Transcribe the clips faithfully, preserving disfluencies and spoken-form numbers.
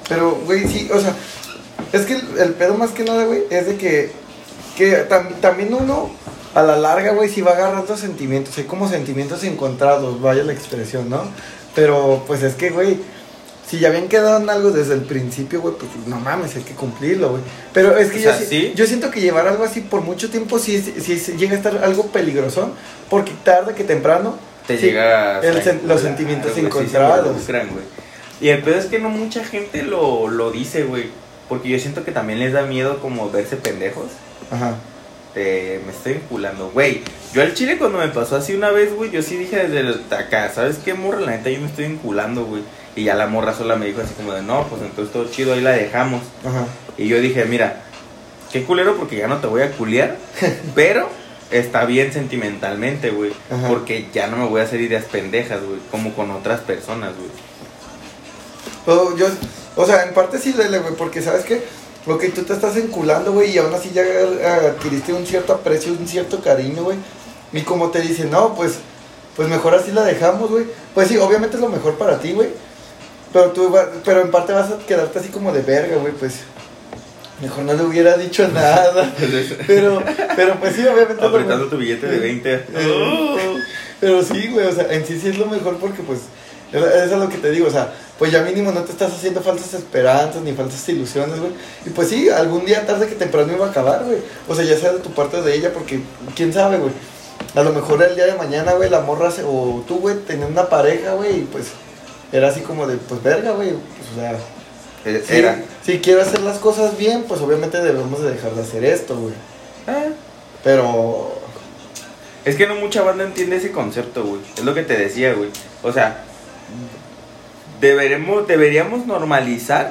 Pero, güey, sí, o sea, es que el, el pedo más que nada, güey, es de que, que tam, también uno, a la larga, güey, sí va agarrando sentimientos, hay como sentimientos encontrados, vaya la expresión, ¿no? Pero, pues es que, güey, si ya habían quedado en algo desde el principio, güey, pues no mames, hay que cumplirlo, güey. Pero es que O yo, sea, ¿sí? yo siento que llevar algo así por mucho tiempo sí, sí, sí llega a estar algo peligroso, porque tarde que temprano Te sí, llega el sen- los sentimientos encontrados. Sí, güey. Y el pedo es que no mucha gente lo, lo dice, güey. Porque yo siento que también les da miedo como verse pendejos. Ajá. Eh, me estoy vinculando, güey. Yo al chile cuando me pasó así una vez, güey, yo sí dije desde el, acá, ¿sabes qué, morra? La neta yo me estoy vinculando, güey. Y ya la morra sola me dijo así como de, no, pues entonces todo chido, ahí la dejamos. Ajá. Y yo dije, mira, qué culero porque ya no te voy a culiar, pero está bien sentimentalmente, güey. Ajá. Porque ya no me voy a hacer ideas pendejas, güey, como con otras personas, güey. O, yo, o sea, en parte sí duele, güey, porque ¿sabes qué? Lo que tú te estás enculando, güey, y aún así ya adquiriste un cierto aprecio, un cierto cariño, güey. Y como te dicen, no, pues, pues mejor así la dejamos, güey. Pues sí, obviamente es lo mejor para ti, güey. Pero tú, va, pero en parte vas a quedarte así como de verga, güey, pues. Mejor no le hubiera dicho nada. Pero, pero pues sí, obviamente. Apretando tu billete de veinte. Oh. Pero sí, güey, o sea, en sí sí es lo mejor porque pues, eso es lo que te digo, o sea, pues ya mínimo no te estás haciendo falsas esperanzas ni falsas ilusiones, güey. Y pues sí, algún día tarde que temprano iba a acabar, güey. O sea, ya sea de tu parte o de ella, porque quién sabe, güey. A lo mejor el día de mañana, güey, la morra se, o tú, güey, tenías una pareja, güey, y pues era así como de, pues verga, güey, pues o sea. Era. Si, si quiero hacer las cosas bien, pues obviamente debemos de dejar de hacer esto, güey. Ah. Pero... Es que no mucha banda entiende ese concepto, güey. Es lo que te decía, güey. O sea, deberemos, deberíamos normalizar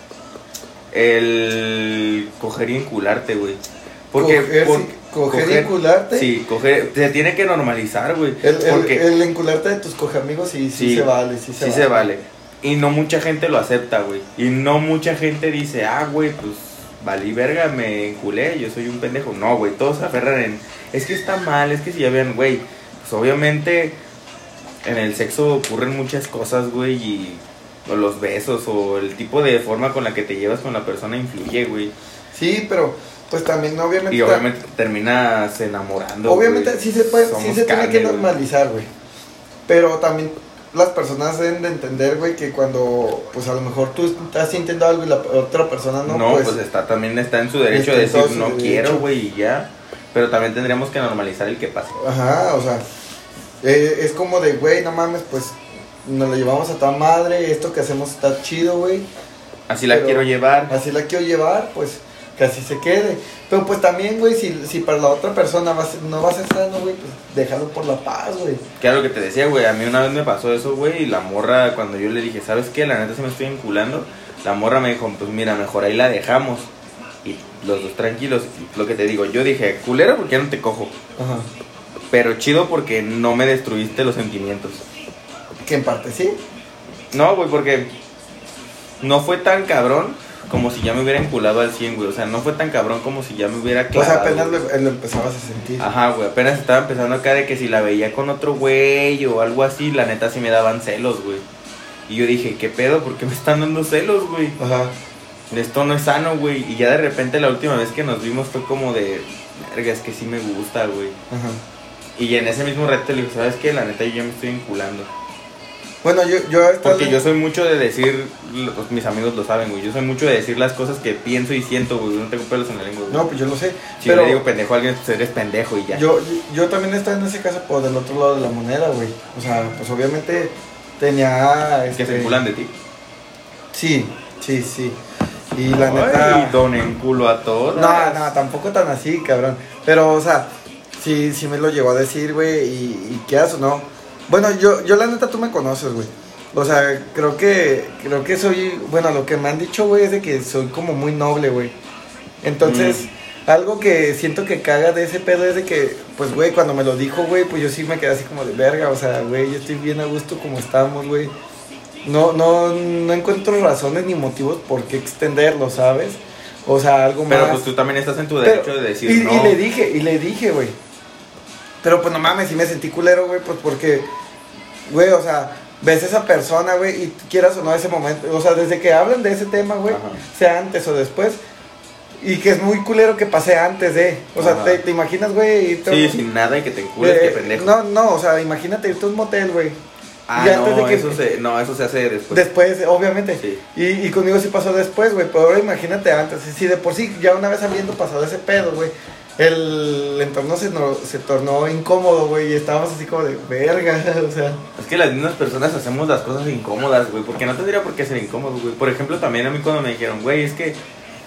el coger y encularte, güey. Porque... Coger, por, sí, coger, coger y encularte. Sí, coger, se tiene que normalizar, güey. El, el, porque el encularte de tus cogeamigos sí, sí, sí se vale, sí se sí vale. se vale. Y no mucha gente lo acepta, güey. Y no mucha gente dice, ah, güey, pues valí verga, me enculé, yo soy un pendejo. No, güey, todos se aferran en, es que está mal, es que si ya ven, güey, pues obviamente en el sexo ocurren muchas cosas, güey, y o los besos o el tipo de forma con la que te llevas con la persona influye, güey. Sí, pero pues también obviamente... Y obviamente te terminas enamorando. Obviamente güey. sí se puede, Somos sí se carne, tiene que güey. normalizar, güey. Pero también las personas deben de entender, güey, que cuando pues a lo mejor tú estás sintiendo algo y la otra persona no, No, pues, pues, está también está en su derecho está de en todo decir su no derecho. quiero, güey, y ya. Pero también tendríamos que normalizar el que pase. Ajá, o sea, eh, es como de, güey, no mames, pues nos lo llevamos a toda madre, esto que hacemos está chido, güey. Así la Pero quiero llevar. Así la quiero llevar, pues que así se quede. Pero pues también, güey, si, si para la otra persona va a ser, no va a ser sano, güey, pues déjalo por la paz, güey. Que era lo que te decía, güey. A mí una vez me pasó eso, güey. Y la morra, cuando yo le dije, ¿sabes qué? La neta se me estoy enculando. La morra me dijo, pues mira, mejor ahí la dejamos. Y los dos tranquilos. Lo que te digo, yo dije, culero porque ya no te cojo. Ajá. Pero chido porque no me destruiste los sentimientos. Que en parte sí. No, güey, porque no fue tan cabrón como si ya me hubiera enculado al cien, güey. O sea, no fue tan cabrón como si ya me hubiera O sea, clavado. apenas güey. lo, lo empezabas a sentir. Ajá, güey, apenas estaba empezando acá de que si la veía con otro güey o algo así, la neta sí me daban celos, güey. Y yo dije, ¿qué pedo? ¿Por qué me están dando celos, güey? Ajá. Esto no es sano, güey. Y ya de repente la última vez que nos vimos fue como de, verga, es que sí me gusta, güey. Ajá. Y en ese mismo rato le dije, ¿sabes qué? La neta yo ya me estoy vinculando. Bueno, yo, yo esta Porque le- yo soy mucho de decir, los- mis amigos lo saben, güey. Yo soy mucho de decir las cosas que pienso y siento, güey. No tengo pelos en la lengua, güey. No, pues yo lo sé. Si pero le digo pendejo a alguien, pues eres pendejo y ya. yo, yo también estaba en ese caso por del otro lado de la moneda, güey. O sea, pues obviamente tenía... que Este... se vinculan de ti. Sí, sí, sí. Y la Ay, neta... don enculo a todos. No, no, tampoco tan así, cabrón. Pero, o sea, sí, sí me lo llegó a decir, güey, y, y qué haces, ¿no? Bueno, yo, yo la neta, tú me conoces, güey. O sea, creo que, creo que soy, bueno, lo que me han dicho, güey, es de que soy como muy noble, güey. Entonces, mm. algo que siento que caga de ese pedo es de que, pues, güey, cuando me lo dijo, güey, pues yo sí me quedé así como de verga, o sea, güey, yo estoy bien a gusto como estamos, güey. No, no, no encuentro razones ni motivos por qué extenderlo, ¿sabes? O sea, algo más. Pero pues tú también estás en tu derecho Pero, de decir y, no. y le dije, y le dije, güey. Pero pues no mames, sí me sentí culero, güey, pues porque, güey, o sea, ves a esa persona, güey, y quieras o no ese momento, o sea, desde que hablan de ese tema, güey, Ajá. sea antes o después, y que es muy culero que pase antes de, o sea, te, te imaginas, güey, irte a Sí, un- sin nada y que te encules, eh, qué pendejo. No, no, o sea, imagínate irte a un motel, güey. ah, y antes no, de que- eso se, no, eso se hace después. Después, obviamente. Sí. Y, y conmigo sí pasó después, güey. Pero ahora imagínate antes. Si de por sí, ya una vez habiendo pasado ese pedo, güey, el entorno se, no, se tornó incómodo, güey. Y estábamos así como de verga, o sea. Es que las mismas personas hacemos las cosas incómodas, güey, porque no tendría por qué ser incómodo, güey. Por ejemplo, también a mí cuando me dijeron, güey, es que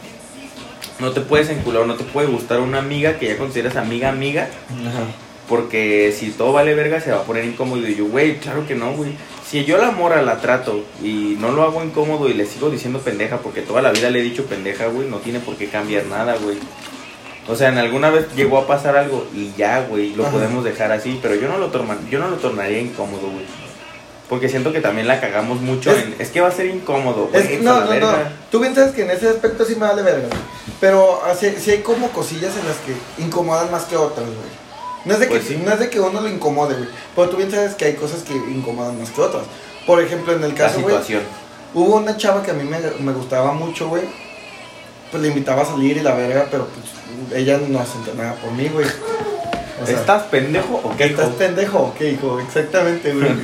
no te puedes encular, no te puede gustar una amiga que ya consideras amiga, amiga, Ajá. porque si todo vale verga se va a poner incómodo. Y yo, güey, claro que no, güey. Si yo a la morra la trato y no lo hago incómodo y le sigo diciendo pendeja, porque toda la vida le he dicho pendeja, güey, no tiene por qué cambiar nada, güey. O sea, en alguna vez llegó a pasar algo y ya, güey, lo Ajá. podemos dejar así, pero yo no lo torna, yo no lo tornaría incómodo, güey. Porque siento que también la cagamos mucho Es- en... Es que va a ser incómodo, Es- güey. no, a la no, no. verga. Tú bien sabes que en ese aspecto sí me vale verga, güey. Pero sí, sí hay como cosillas en las que incomodan más que otras, güey. No es de que, Pues sí. no es de que uno lo incomode, güey. Pero tú bien sabes que hay cosas que incomodan más que otras. Por ejemplo, en el La caso, güey, situación. hubo una chava que a mí me, me gustaba mucho, güey. Pues le invitaba a salir y la verga, pero pues ella no sentía nada por mí, güey. O sea, ¿Estás pendejo o qué, ¿estás hijo? pendejo o qué, hijo? Exactamente, güey.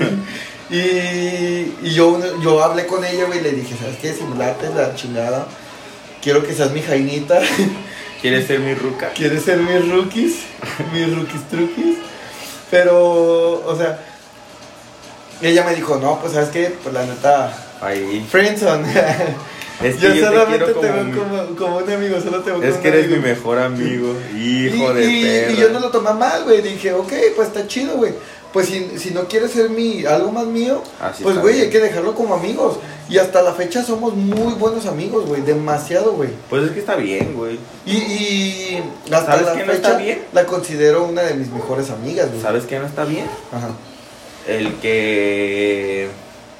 y y yo, yo hablé con ella, güey, y le dije, ¿sabes qué? Si me late la chingada, quiero que seas mi jainita. ¿Quieres ser mi ruca? ¿Quieres ser mis rookies? Mis rookies truquis. Pero, o sea, ella me dijo, no, pues, ¿sabes qué? Pues la neta, Ahí. friendzone. Es que yo, yo, te solamente quiero te como, veo mi- como, como un amigo, solo te veo Es como que un eres amigo. mi mejor amigo. Hijo y, de y- perra. y yo no lo tomé mal, güey. Dije, ok, pues está chido, güey. Pues si, si no quieres ser mi, algo más mío, Así pues está güey, bien. hay que dejarlo como amigos. Y hasta la fecha somos muy buenos amigos, güey. Demasiado, güey. Pues es que está bien, güey. Y, y hasta ¿Sabes la qué no fecha está bien? la considero una de mis mejores amigas, güey. ¿Sabes qué no está bien? Ajá. El que...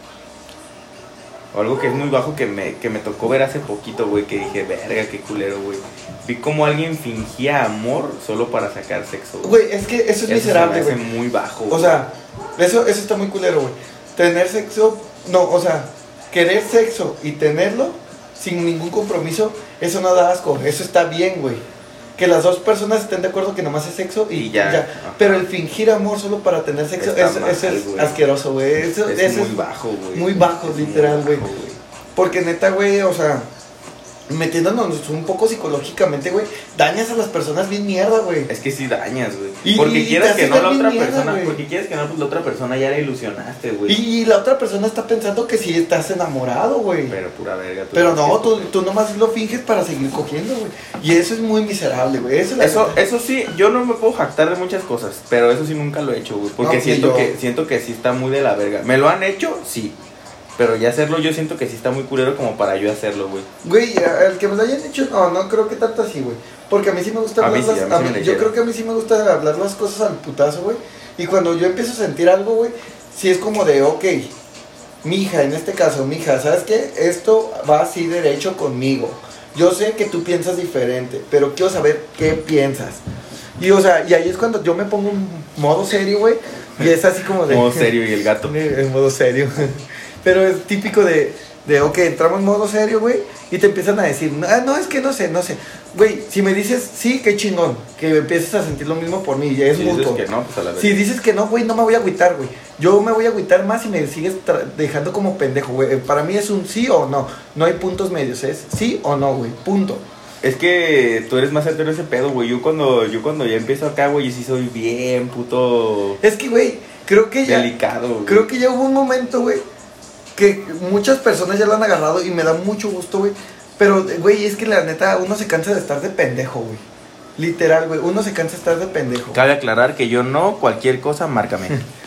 O algo que es muy bajo que me, que me tocó ver hace poquito, güey, que dije, verga, qué culero, güey. Vi como alguien fingía amor solo para sacar sexo. Güey, es que eso es Eso miserable, se me hace güey. muy bajo. O güey. sea, eso, eso está muy culero, güey. Tener sexo, no, o sea, querer sexo y tenerlo sin ningún compromiso, eso no da asco, eso está bien, güey. Que las dos personas estén de acuerdo que nomás es sexo y, Y ya. ya. Ajá. Pero el fingir amor solo para tener sexo, Está eso, mal, eso es güey. asqueroso, güey. Eso, es eso muy es bajo, güey. muy bajo, Es muy literal, güey. bajo, Porque neta, güey, o sea, metiéndonos un poco psicológicamente, güey, dañas a las personas bien mierda, güey. Es que sí dañas, güey. Y- Porque y quieras te que hace no ver la bien otra mierda, persona, güey. porque quieres que no, pues la otra persona ya la ilusionaste, güey. Y la otra persona está pensando que sí estás enamorado, güey. Pero pura verga. tú Pero no, que- tú, tú nomás lo finges para seguir cogiendo, güey. Y eso es muy miserable, güey. Eso, es la Eso, neta. eso sí, yo no me puedo jactar de muchas cosas, pero eso sí nunca lo he hecho, güey. Porque No, ni siento yo. que siento que sí está muy de la verga. ¿Me lo han hecho? Sí. Pero ya hacerlo yo siento que sí está muy culero como para yo hacerlo, güey. Güey, el que me lo hayan hecho, no, no creo que tanto así, güey. Porque a mí sí me gusta A hablar mí sí, las, a mí a sí mí- me lo yo hicieron. creo que a mí sí me gusta hablar las cosas al putazo, güey. Y cuando yo empiezo a sentir algo, güey, sí es como de, ok, mija, en este caso, mija, ¿sabes qué? Esto va así derecho conmigo. Yo sé que tú piensas diferente, pero quiero saber qué piensas. Y, o sea, y ahí es cuando yo me pongo en modo serio, güey. Y es así como de... Modo serio y el gato. En modo serio. Pero es típico de, de, ok, entramos en modo serio, güey, y te empiezan a decir, ah, no, es que no sé, no sé. Güey, si me dices sí, qué chingón, que empieces a sentir lo mismo por mí, ya es Si dices mutuo. que no, pues a la verga. Si dices que no, güey, no me voy a agüitar, güey. Yo me voy a agüitar más si me sigues tra- dejando como pendejo, güey. Para mí es un sí o no. No hay puntos medios, es sí o no, güey. Punto. Es que tú eres más certero ese pedo, güey. Yo cuando, yo cuando ya empiezo acá, güey, yo sí soy bien puto Es que, güey, creo que ya... delicado, güey. Creo que ya hubo un momento, güey, que muchas personas ya lo han agarrado y me da mucho gusto, güey. Pero, güey, es que la neta, uno se cansa de estar de pendejo, güey. Literal, güey, uno se cansa de estar de pendejo. Cabe aclarar que yo no, cualquier cosa, márcame.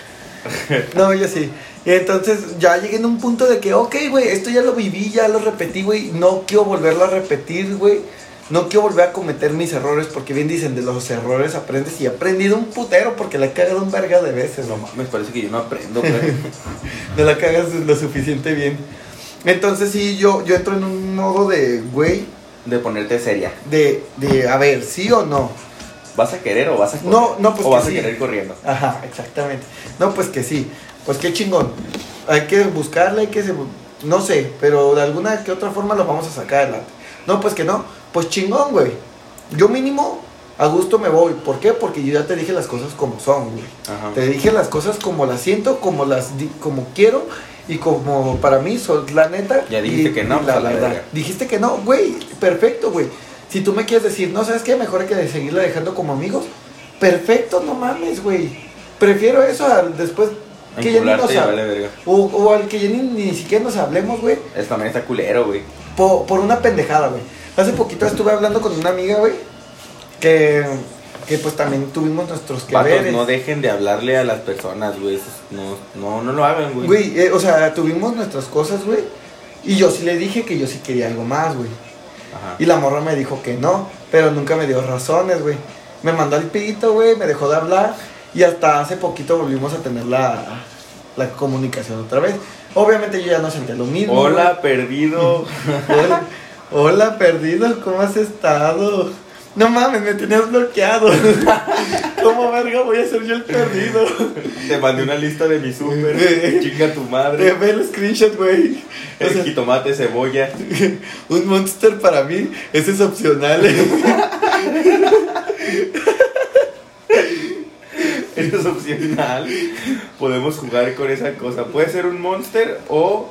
No, yo sí. Y entonces ya llegué en un punto de que, ok, güey, esto ya lo viví, ya lo repetí, güey. No quiero volverlo a repetir, güey. No quiero volver a cometer mis errores porque bien dicen, de los errores aprendes y he aprendido un putero porque la he cagado un verga de veces, No ¿no? mames, parece que yo no aprendo, güey. No la cagas lo suficiente bien. Entonces sí, yo, yo entro en un modo de, güey, De ponerte seria. de, de, a ver, ¿sí o no? ¿Vas a querer o vas a correr? No, no, pues O que vas sí. a querer corriendo. Ajá, exactamente. No, pues que sí. Pues qué chingón. hay que buscarle, hay que, no sé, pero de alguna que otra forma lo vamos a sacar adelante. No, pues que no, pues chingón, güey. Yo mínimo a gusto me voy. ¿Por qué? Porque yo ya te dije las cosas como son, güey. Ajá. Te dije las cosas como las siento, como las di como quiero y como para mí son la neta. Ya dijiste y, que no, y la pues, a la verdad. verga. Dijiste que no, güey, perfecto, güey. Si tú me quieres decir, no, ¿sabes qué? Mejor hay que seguirla dejando como amigos. Perfecto, no mames, güey. Prefiero eso al después que ya ni Encularte nos y hab- vale verga. o, o al que ya ni, ni siquiera nos hablemos, güey. Eso también está culero, güey. Por, por una pendejada, güey. Hace poquito estuve hablando con una amiga, güey, que, que pues también tuvimos nuestros que Vatos, veres. no dejen de hablarle a las personas, güey. Eso es- No, no, no lo hagan, güey. Güey, eh, o sea, tuvimos nuestras cosas, güey. Y yo sí le dije que yo sí quería algo más, güey. Ajá. Y la morra me dijo que no, pero nunca me dio razones, güey. Me mandó al pito, güey, me dejó de hablar. Y hasta hace poquito volvimos a tener la, la comunicación otra vez. Obviamente yo ya no sentía lo mismo. Hola, perdido. güey. Hola, hola, perdido, ¿cómo has estado? No mames, me tenías bloqueado. ¿Cómo verga voy a ser yo el perdido? Te mandé una lista de mi súper. Chinga tu Te madre. ve el screenshot, güey. O El sea, jitomate, cebolla. un monster para mí, ese es opcional. Eso es opcional. Podemos jugar con esa cosa. Puede ser un monster o,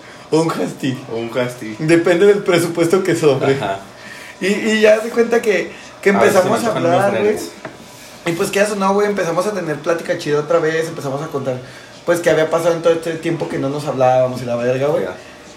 O un hasty. o un hasty. Depende del presupuesto que sobre. Ajá. Y, y ya se cuenta que, que A ver si empezamos me a, antojan unos hablar, güey. Reddits. Y pues que eso no, güey, empezamos a tener plática chida otra vez, empezamos a contar, pues, qué había pasado en todo este tiempo que no nos hablábamos y la verga, güey.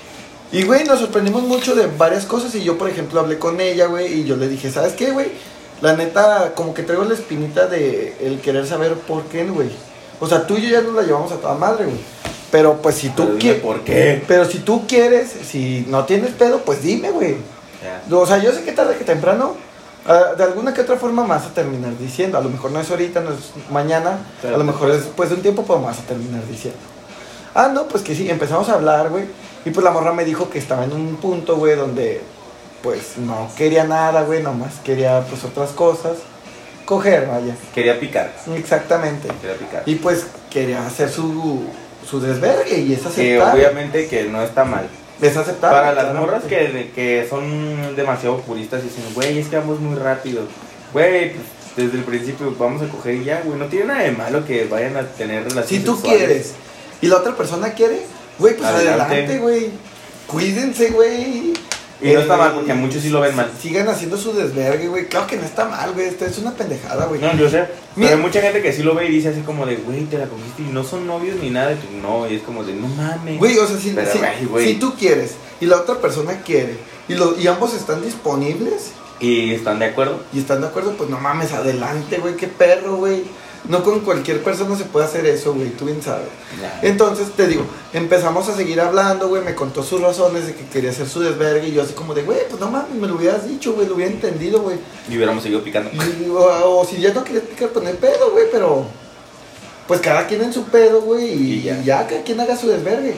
Y, güey, nos sorprendimos mucho de varias cosas y yo, por ejemplo, hablé con ella, güey, y yo le dije, ¿sabes qué, güey? La neta, como que traigo la espinita de el querer saber por qué, güey. O sea, tú y yo ya nos la llevamos a toda madre, güey. Pero, pues, si Pero tú dime quieres... ¿Por qué? Pero si tú quieres, si no tienes pedo, pues dime, güey. Ya. O sea, yo sé que tarde que temprano, ah, de alguna que otra forma me vas a terminar diciendo. A lo mejor no es ahorita, no es mañana, Pero a lo te- mejor es después de un tiempo, pues me vas a terminar diciendo. Ah, no, pues que sí, empezamos a hablar, güey. Y pues la morra me dijo que estaba en un punto, güey, donde pues no quería nada, güey, nomás quería pues otras cosas. Coger, vaya. Quería picar. Exactamente. Quería picar. Y pues quería hacer su, su desvergue y es Que aceptable. obviamente que no está mal. Es aceptable. Para las claramente. morras que, que son demasiado puristas y dicen, güey, es que vamos muy rápido. Güey, pues, desde el principio vamos a coger y ya, güey. No tiene nada de malo que vayan a tener relaciones Si tú sexuales. quieres y la otra persona quiere, güey, pues Adelante. adelante, güey. Cuídense, güey. Y no está Eh, mal, porque muchos sí lo ven mal. Sigan haciendo su desvergue, güey. Claro que no está mal, güey. Esto es una pendejada, güey. No, yo sé. Mira. Pero hay mucha gente que sí lo ve y dice así como de, güey, te la cogiste y no son novios ni nada. Y tú, no, y es como de, no mames. Güey, o sea, si, Pero, si- güey, güey. si tú quieres y la otra persona quiere y, lo, y ambos están disponibles Y están de acuerdo. y están de acuerdo, pues no mames, adelante, güey. Qué perro, güey. No con cualquier persona se puede hacer eso, güey. Tú bien sabes. Ya. Entonces, te digo, empezamos a seguir hablando, güey, me contó sus razones de que quería hacer su desvergue y yo así como de, güey, pues no mames, me lo hubieras dicho, güey, lo hubiera entendido, güey. Y hubiéramos seguido picando. Y- O, o si ya no querías picar, pues no hay pedo, güey, pero pues cada quien en su pedo, güey, y, Y ya. y ya cada quien haga su desvergue.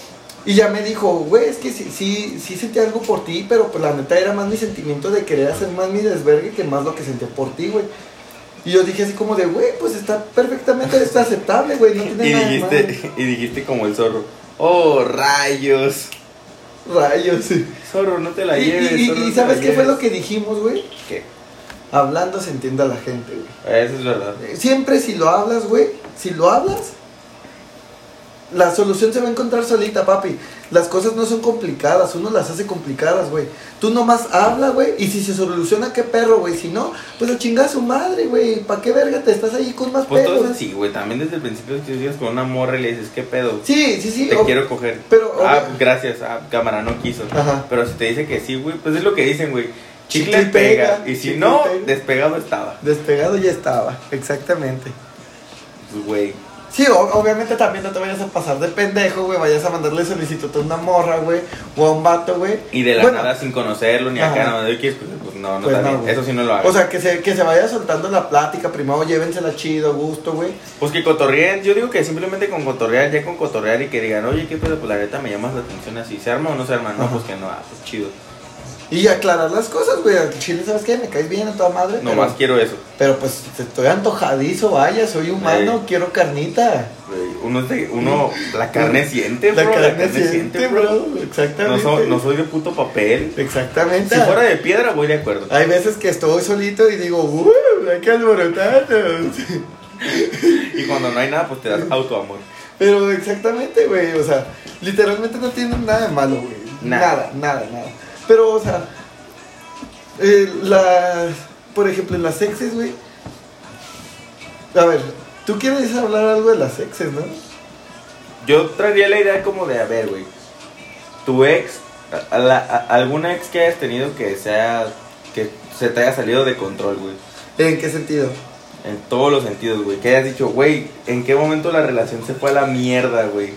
Y ya me dijo, güey, es que sí, sí, sí sentí algo por ti, pero pues la neta era más mi sentimiento de querer hacer más mi desvergue que más lo que sentía por ti, güey. Y yo dije así como de, güey, pues está perfectamente, está aceptable, güey, no tiene Y nada de dijiste, y dijiste como el zorro, oh, rayos. malo. Rayos. Zorro, no te la Y, lleves. y- y- zorro, y no te ¿sabes la qué fue lleves. lo que dijimos, güey? ¿Qué? Hablando se entiende a la gente, güey. Eso es verdad. Siempre si lo hablas, güey, si lo hablas, la solución se va a encontrar solita, papi. Las cosas no son complicadas, uno las hace complicadas, güey. Tú nomás habla, güey, y si se soluciona, qué perro, güey. Si no, pues a chingar a su madre, güey. ¿Para qué verga te estás ahí con más Pues todo pedos? es así, güey. También desde el principio si tú llegas con una morra y le dices, ¿qué pedo? Sí, sí, sí. Te ob- quiero coger. pero, ah, obvia- gracias. Ah, cámara, no quiso. Ajá. Pero si te dice que sí, güey, pues es lo que dicen, güey. Chicle, Chicle y pega. pega, Y si chicle no, y pega. despegado estaba. Despegado ya estaba, exactamente. Pues, güey. Sí, o- obviamente también no te vayas a pasar de pendejo, güey. Vayas a mandarle solicitud a una morra, güey. O a un vato, güey. Y de la Bueno, nada sin conocerlo ni Ajá. acá, nada más de que pues, pues no, no Pues está no, bien. güey. Eso sí no lo hagas. O sea, que se, que se vaya soltando la plática, primero llévensela chido, gusto, güey. Pues que cotorreen, yo digo que simplemente con cotorrear, ya con cotorrear y que digan, oye, qué pedo, pues la neta me llamas la atención así, ¿se arma o no se arma? No, Ajá. pues que no, ah, pues chido. Y aclarar las cosas, güey. Al chile, ¿sabes qué? Me caes bien a toda madre. Nomás pero, quiero eso. Pero pues estoy antojadizo, vaya, soy humano, Ey. quiero carnita. Güey, uno, es de, uno la carne siente, La bro. carne siente, bro. Exactamente. No, so- no soy de puto papel. Exactamente. Si fuera de piedra, voy de acuerdo. Hay veces que estoy solito y digo, ¡uh! Hay que alborotarnos. Y cuando no hay nada, pues te das autoamor. Pero exactamente, güey. O sea, literalmente no tienen nada de malo, güey. Nada. Nada, nada, nada. Pero, o sea, eh, las. Por ejemplo, en las exes, güey. A ver, tú quieres hablar algo de las exes, ¿no? Yo traería la idea como de, a ver, güey. Tu ex, a- a la- a- alguna ex que hayas tenido que sea. Que se te haya salido de control, güey. ¿En qué sentido? En todos los sentidos, güey. Que hayas dicho, güey, ¿en qué momento la relación se fue a la mierda, güey?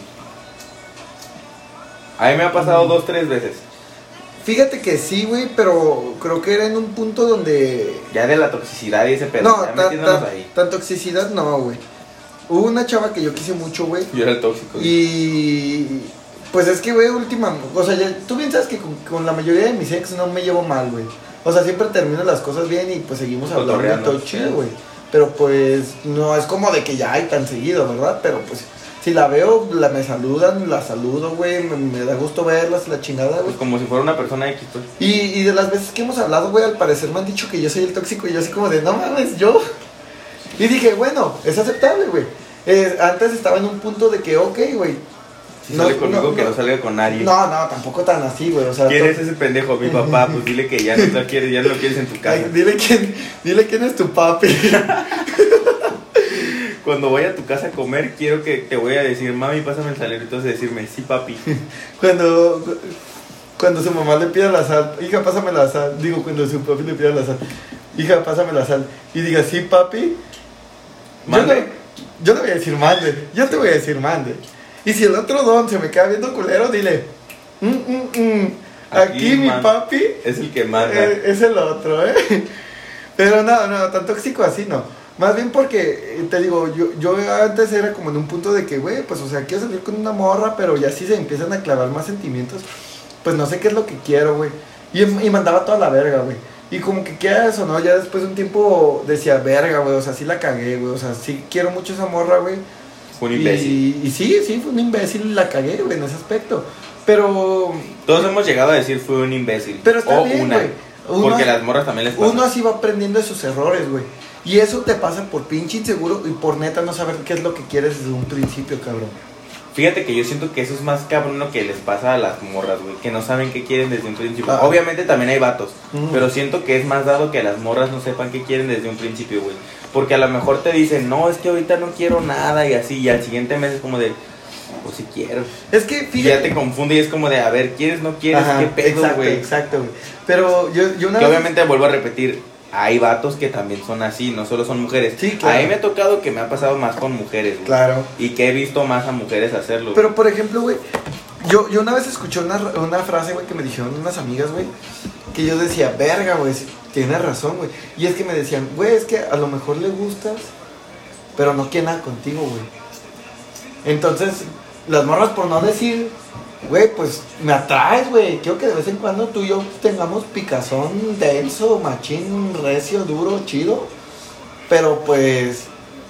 A mí me ha pasado dos, tres veces. Fíjate que sí, güey, pero creo que era en un punto donde. Ya de la toxicidad y ese pedo. No, ya tan, metiéndonos tan, ahí. tan toxicidad no, güey. Hubo una chava que yo quise mucho, güey. Yo era el tóxico. güey. Y. Pues es que, güey, última. O sea, ya, tú bien sabes que con, con la mayoría de mis ex no me llevo mal, güey. O sea, siempre termino las cosas bien y pues seguimos hablando de Cotorreando, todo chido, sí. güey. Pero pues no es como de que ya hay tan seguido, ¿verdad? Pero pues si la veo, la, me saludan, la saludo, güey. Me, me da gusto verlas, la chingada, güey. Pues como si fuera una persona X, pues. Y, y de las veces que hemos hablado, güey, al parecer me han dicho que yo soy el tóxico y yo así como de, no mames, yo. Y dije, bueno, es aceptable, güey. Eh, antes estaba en un punto de que, ok, güey. Si No, sale conmigo, no, que no. no. salga con nadie. No, no, tampoco tan así, güey. O sea, ¿Quién to- es ese pendejo? Mi papá. Pues dile que ya no lo quieres, ya no lo quieres en tu casa. Ay, dile quién, dile quién es tu papi. Cuando voy a tu casa a comer, quiero que te voy a decir, mami, pásame el salero. Entonces decirme, sí, papi. Cuando, cuando su mamá le pida la sal, hija, pásame la sal. Digo, cuando su papi le pida la sal, hija, pásame la sal. Y diga, sí, papi. Yo no, Mande. yo no voy a decir mande, yo te voy a decir mande. Y si el otro don se me queda viendo culero, dile, mm, mm, mm. Aquí, Aquí, mi man. papi Es el que manda. eh, es el otro, ¿eh? Pero no, no, tan tóxico así no. Más bien porque, eh, te digo, yo, yo antes era como en un punto de que, güey, pues, o sea, quiero salir con una morra, pero ya sí se empiezan a clavar más sentimientos, pues no sé qué es lo que quiero, güey. Y, y mandaba toda la verga, güey. Y como que queda eso, ¿no? Ya después de un tiempo decía, verga, güey, o sea, sí la cagué, güey. O sea, sí quiero mucho esa morra, güey. Fue un imbécil. Y, y sí, sí, fue un imbécil y la cagué, güey, en ese aspecto. Pero, Todos hemos llegado a decir fue un imbécil. pero está o bien, una. güey. Uno- Porque las morras también les pasa. Uno así va aprendiendo de sus errores, güey. Y eso te pasa por pinche inseguro y por neta no saber qué es lo que quieres desde un principio, cabrón. Fíjate que yo siento que eso es más cabrón lo que les pasa a las morras, güey. Que no saben qué quieren desde un principio. Ah. Obviamente también hay vatos. Ujú. Pero siento que es más dado que las morras no sepan qué quieren desde un principio, güey. Porque a lo mejor te dicen, no, es que ahorita no quiero nada y así. Y al siguiente mes es como de, pues si quiero. Es que, Y ya fíjate. te confunde y es como de, a ver, ¿quieres, no quieres? Ajá, ¿Qué pedo, exacto, güey? exacto, güey. Pero yo, yo una Que vez- obviamente vuelvo a repetir, hay vatos que también son así, no solo son mujeres. Sí, claro. A mí me ha tocado que me ha pasado más con mujeres, güey. Claro. Y que he visto más a mujeres hacerlo. Pero por ejemplo, güey, yo, yo una vez escuché una, una frase, güey, que me dijeron unas amigas, güey, que yo decía, verga, güey, sí, tienes razón, güey. Y es que me decían, güey, es que a lo mejor le gustas, pero no quiere nada contigo, güey. Entonces, las morras por no decir, güey, pues me atraes, güey. Quiero que de vez en cuando tú y yo tengamos picazón denso, machín, recio, duro, chido. Pero pues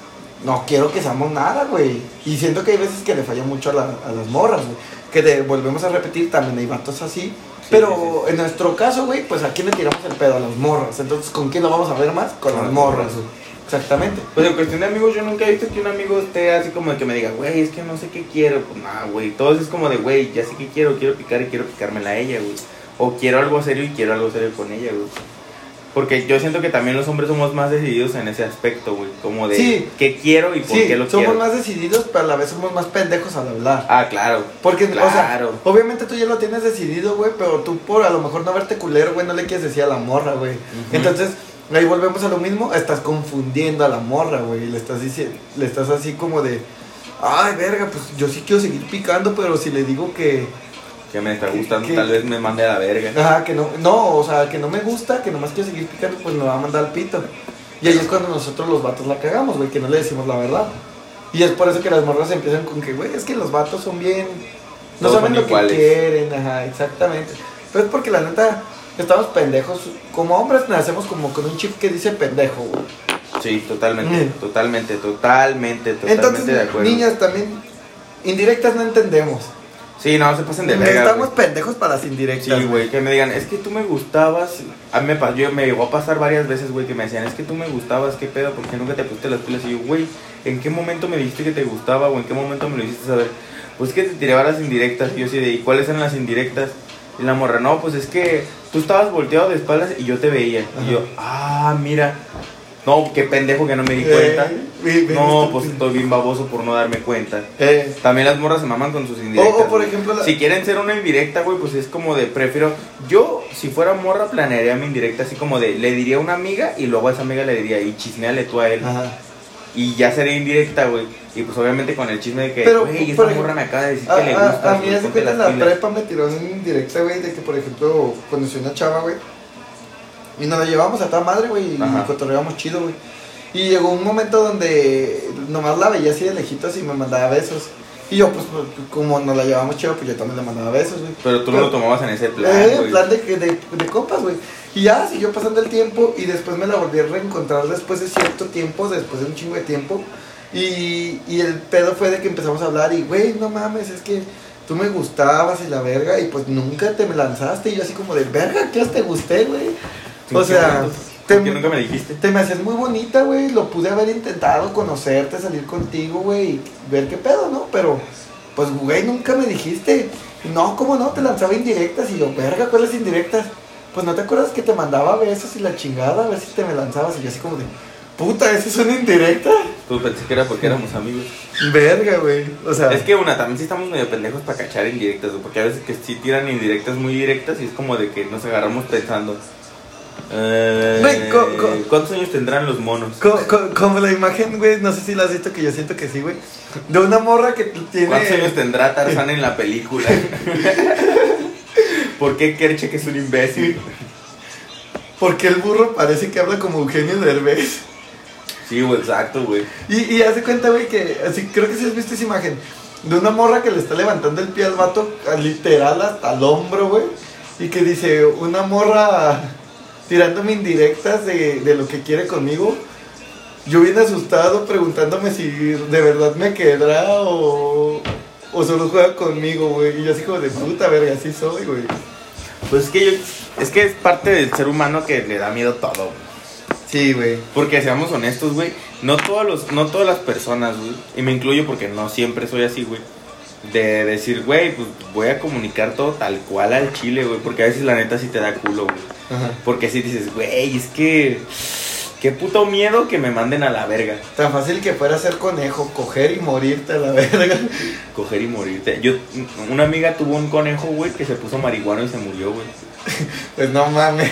no quiero que seamos nada, güey. Y siento que hay veces que le falla mucho a, la- a las morras, güey. Que de- volvemos a repetir, también hay vatos así. Pero sí, sí. en nuestro caso, güey, pues ¿a quién le tiramos el pedo? A las morras. Entonces, ¿con quién lo vamos a ver más? Con Con las las morras, morras. güey. Exactamente. Pues en cuestión de amigos, yo nunca he visto que un amigo esté así como de que me diga, güey, es que no sé qué quiero. Pues nada, güey. Todos es como de, güey, ya sé qué quiero, quiero picar y quiero picármela a ella, güey. O quiero algo serio y quiero algo serio con ella, güey. Porque yo siento que también los hombres somos más decididos en ese aspecto, güey. Como de Sí. qué quiero y por Sí, qué lo somos quiero. más decididos, pero a la vez somos más pendejos al hablar. Ah, claro. Porque, o sea, Claro. obviamente tú ya lo tienes decidido, güey, pero tú por a lo mejor no verte culero, güey, no le quieres decir a la morra, güey. Ujú. Entonces, ahí volvemos a lo mismo, estás confundiendo a la morra, güey, le estás diciendo, le estás así como de, ay, verga, pues yo sí quiero seguir picando, pero si le digo que, Que me está ¿Qué- gustando, qué? tal vez me mande a la verga. ajá, que no, no, o sea, que no me gusta, que nomás quiero seguir picando, pues me va a mandar al pito. Y ahí es cuando nosotros los vatos la cagamos, güey, que no le decimos la verdad. Y es por eso que las morras empiezan con que, güey, es que los vatos son bien, no Todos saben son lo iguales. que quieren, ajá, exactamente. Pero es porque la neta, estamos pendejos. Como hombres nacemos como con un chip que dice pendejo, güey. Sí, totalmente, mm. totalmente, totalmente, totalmente Entonces, de acuerdo. Niñas también, indirectas no entendemos. Sí, no, se pasen de verga. Estamos pendejos para las indirectas. Sí, güey, que me digan, es que tú me gustabas. A mí me, pasó, yo, me llegó a pasar varias veces, güey, que me decían, es que tú me gustabas, ¿qué pedo? ¿Por qué nunca te pusiste las pilas? Y yo, güey, ¿en qué momento me dijiste que te gustaba? ¿O en qué momento me lo hiciste saber? Pues que te tiraba las indirectas. Y yo sí, de, ¿y cuáles eran las indirectas? Y la morra, no, pues es que tú estabas volteado de espaldas y yo te veía. Ajá. Y yo, ah, mira. No, qué pendejo que no me di cuenta. Eh, vi, vi, no, pues estoy bien baboso por no darme cuenta. Eh. También las morras se maman con sus indirectas. O, o por ejemplo, la... si quieren ser una indirecta, güey, pues es como de, prefiero. Yo, si fuera morra, planearía mi indirecta así como de, le diría a una amiga y luego a esa amiga le diría, y chismeale tú a él. Ajá. Y ya sería indirecta, güey. Y pues obviamente con el chisme de que, güey, esta morra me acaba de decir a, que le gusta. A, a mí hace cuenta en la pilas. Prepa me tiró una indirecta, güey, de que por ejemplo conocí una chava, güey. Y nos la llevamos a toda madre, güey, y cotorreábamos chido, güey. Y llegó un momento donde nomás la veía así de lejitos y me mandaba besos. Y yo, pues, como nos la llevamos chido, pues yo también le mandaba besos, güey. Pero tú no lo tomabas en ese plan, eh, güey. En plan de, de, de copas, güey. Y ya siguió pasando el tiempo y después me la volví a reencontrar después de cierto tiempo, después de un chingo de tiempo. Y, y el pedo fue de que empezamos a hablar y, güey, no mames, es que tú me gustabas y la verga y pues nunca te me lanzaste. Y yo así como de, verga, ¿qué te gusté, güey? O sea... Te, ¿por qué nunca me dijiste? Te me haces muy bonita, güey. Lo pude haber intentado conocerte, salir contigo, güey, y ver qué pedo, ¿no? Pero, pues, güey, nunca me dijiste. No, ¿cómo no? Te lanzaba indirectas y yo, verga, ¿cuáles indirectas? Pues, ¿no te acuerdas que te mandaba besos y la chingada? A ver si te me lanzabas. Y yo así como de, puta, ¿eso es una indirecta? Tú pensé que era porque éramos amigos. Verga, güey. O sea... Es que una, también sí estamos medio pendejos para cachar indirectas, güey. Porque a veces que sí tiran indirectas muy directas y es como de que nos agarramos pensando... Eh, güey, co, co, ¿cuántos años tendrán los monos? Co, co, como la imagen, güey, no sé si la has visto, que yo siento que sí, güey. De una morra que tiene... ¿Cuántos años tendrá Tarzán en la película? ¿Por qué Kerche que es un imbécil? Porque el burro parece que habla como Eugenio Derbez. Sí, güey, exacto, güey. Y, y hace cuenta, güey, que así creo que sí has visto esa imagen de una morra que le está levantando el pie al vato, literal hasta el hombro, güey. Y que dice, una morra... tirándome indirectas de, de lo que quiere conmigo. Yo bien asustado preguntándome si de verdad me quedará o, o solo juega conmigo, güey. Y yo así como de puta verga, así soy, güey. Pues es que yo, es que es parte del ser humano que le da miedo todo, güey. Sí, güey. Porque seamos honestos, güey, no todos los, no todas las personas, güey, y me incluyo porque no siempre soy así, güey, de decir, güey, pues voy a comunicar todo tal cual al chile, güey, porque a veces la neta sí te da culo, güey. Ajá. Porque si dices, güey, es que qué puto miedo que me manden a la verga. Tan fácil que fuera ser conejo, coger y morirte a la verga. Coger y morirte. Yo, una amiga tuvo un conejo, güey, que se puso marihuano y se murió, güey. Pues no mames.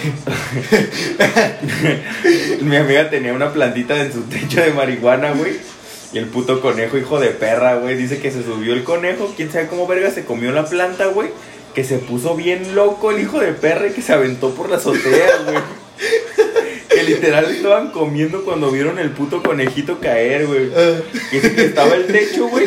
Mi amiga tenía una plantita en su techo de marihuana, güey. Y el puto conejo, hijo de perra, güey, dice que se subió el conejo, quién sabe cómo verga se comió la planta, güey. Que se puso bien loco el hijo de perra y que se aventó por la azotea, güey. Que literal estaban comiendo cuando vieron el puto conejito caer, güey. Y dice que estaba el techo, güey.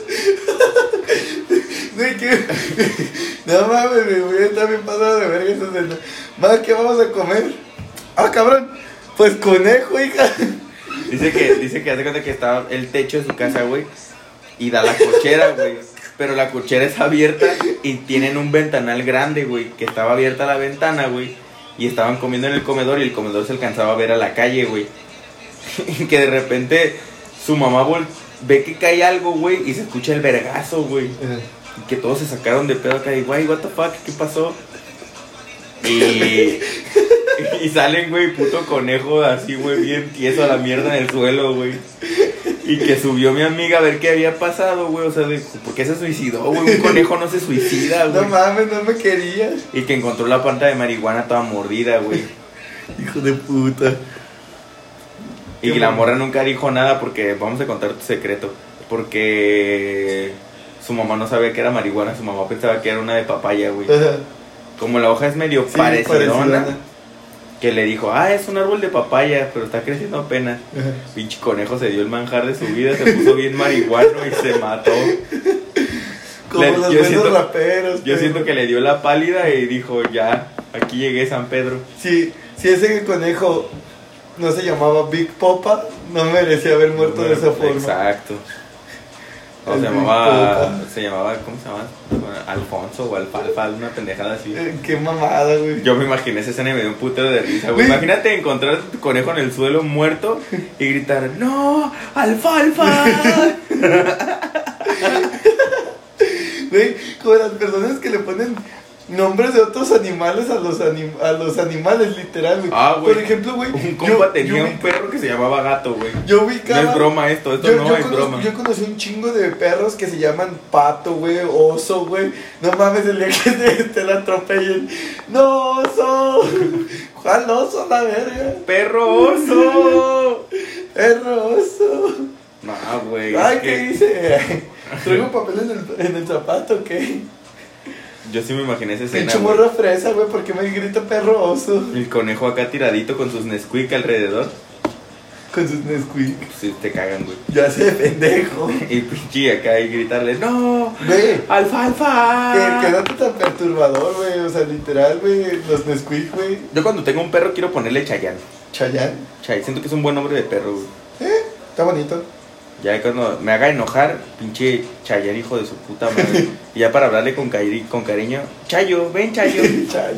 No mames, mi güey, está bien pasado de verga eso de... Más, ¿qué vamos a comer? Ah, cabrón, pues conejo, hija. Dice que, dice que hace cuenta que estaba el techo de su casa, güey, y da la cochera, güey. Pero la cochera es abierta y tienen un ventanal grande, güey, que estaba abierta la ventana, güey. Y estaban comiendo en el comedor y el comedor se alcanzaba a ver a la calle, güey. Y que de repente su mamá vol- ve que cae algo, güey, y se escucha el vergazo, güey. Y que todos se sacaron de pedo acá y, güey, what the fuck, ¿qué pasó? Y... y salen, güey, puto conejo así, güey, bien tieso a la mierda en el suelo, güey. Y que subió mi amiga a ver qué había pasado, güey. O sea, de, ¿por qué se suicidó, güey? Un conejo no se suicida, güey. No mames, no me querías. Y que encontró la planta de marihuana toda mordida, güey. Hijo de puta. Y que la morra nunca dijo nada porque... Vamos a contar tu secreto. Porque... su mamá no sabía que era marihuana. Su mamá pensaba que era una de papaya, güey. Como la hoja es medio sí, parecidona, que le dijo, ah, es un árbol de papaya, pero está creciendo apenas. Ajá. Pinche conejo se dio el manjar de su vida, se puso bien marihuano y se mató. Como le, los buenos siento, raperos. Yo pero... siento que le dio la pálida y dijo, ya, Aquí llegué, San Pedro. Si, si ese conejo no se llamaba Big Popa, no merecía haber muerto de esa forma. Exacto. No, se El llamaba, Big se llamaba, ¿cómo se llama? Alfonso o Alfalfa, una pendejada así. Eh, Qué mamada, güey. Yo me imaginé esa escena y me dio un putero de risa, güey. Güey. Imagínate encontrar a tu conejo en el suelo muerto y gritar, ¡no! ¡Alfalfa! Güey, como las personas que le ponen nombres de otros animales a los, anim a los animales, literal, güey. Ah, güey. Por ejemplo, güey. Un compa yo- tenía yo un perro que se llamaba Gato, güey. Yo No ubicaba. es broma esto, esto Yo, no yo es conocí, broma. yo conocí un chingo de perros que se llaman Pato, güey, Oso, güey. No mames, el día que te, te la atropellen. ¡No, Oso! ¿Cuál Oso, la verga? ¡Perro oso! Perro Oso. No, güey. Ay, es ¿qué que hice? ¿Traigo papel en el, en el zapato o qué? yo sí me imaginé esa escena. Pinche güey. morra fresa, güey, ¿por qué me grita perro oso? El conejo acá tiradito con sus Nesquik alrededor. Con sus Nesquik. Sí, te cagan, güey. Ya sé, pendejo. Y pinche acá y gritarle, ¡no! Güey, ¡Alfalfa! que, que date tan perturbador, güey. O sea, literal, güey, los Nesquik, güey. Yo cuando tengo un perro quiero ponerle Chayanne. Chayán. Chay, siento que es un buen nombre de perro, güey. Eh, está bonito. Ya cuando me haga enojar, pinche Chayanne, hijo de su puta madre. Y ya para hablarle con, cari con cariño, Chayo, ven Chayo. Chayo.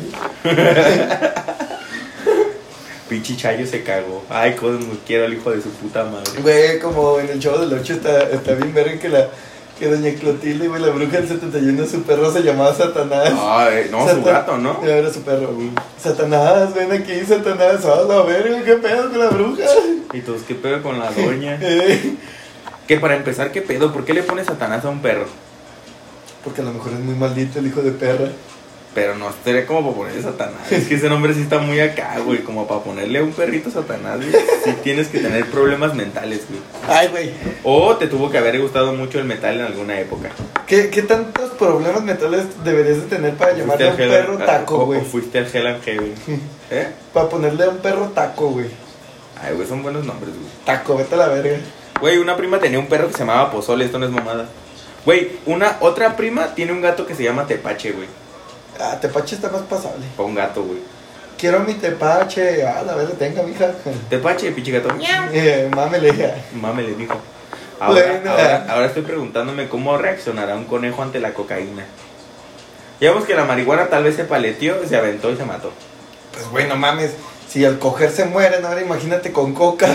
Pinche Chayo se cagó. Ay, cómo quiero al hijo de su puta madre. Güey, como en el Chavo del Ocho está, está bien ver que la que doña Clotilde, güey, la bruja del setenta y uno, su perro se llamaba Satanás. Ay, no, su Satan- gato, ¿no? Ya era su perro, güey. Satanás, ven aquí, Satanás. ¡Ah, la verga! ¿Qué pedo con la bruja? Y todos, ¿qué pedo con la doña? Eh, Que para empezar, ¿qué pedo? ¿Por qué le pones Satanás a un perro? porque a lo mejor es muy maldito el hijo de perra. Pero no sería como para ponerle Satanás. Es que ese nombre sí está muy acá, güey. Como para ponerle a un perrito Satanás, güey. Sí tienes que tener problemas mentales, güey. Ay, güey. O te tuvo que haber gustado mucho el metal en alguna época. ¿Qué, ¿Qué tantos problemas mentales deberías de tener para llamarle a un Fuiste al perro Hell- taco, o- güey? O fuiste al Hell and Heaven. ¿Eh? Para ponerle a un perro taco, güey. Ay, güey, son buenos nombres, güey. Taco, vete a la verga. Güey, una prima tenía un perro que se llamaba Pozole, esto no es mamada. Güey, una otra prima tiene un gato que se llama Tepache, güey. Ah, tepache está más pasable. O un gato, güey. Quiero mi tepache. Ah, la verga, tenga, mija. Tepache, pinche gato. Eh, mámele. Mámele, mijo. Ahora, Bueno. ahora, ahora estoy preguntándome cómo reaccionará un conejo ante la cocaína. Ya vemos que la marihuana tal vez se paleteó, se aventó y se mató. Pues, güey, no mames. Si al coger se muere, no, ahora imagínate con coca.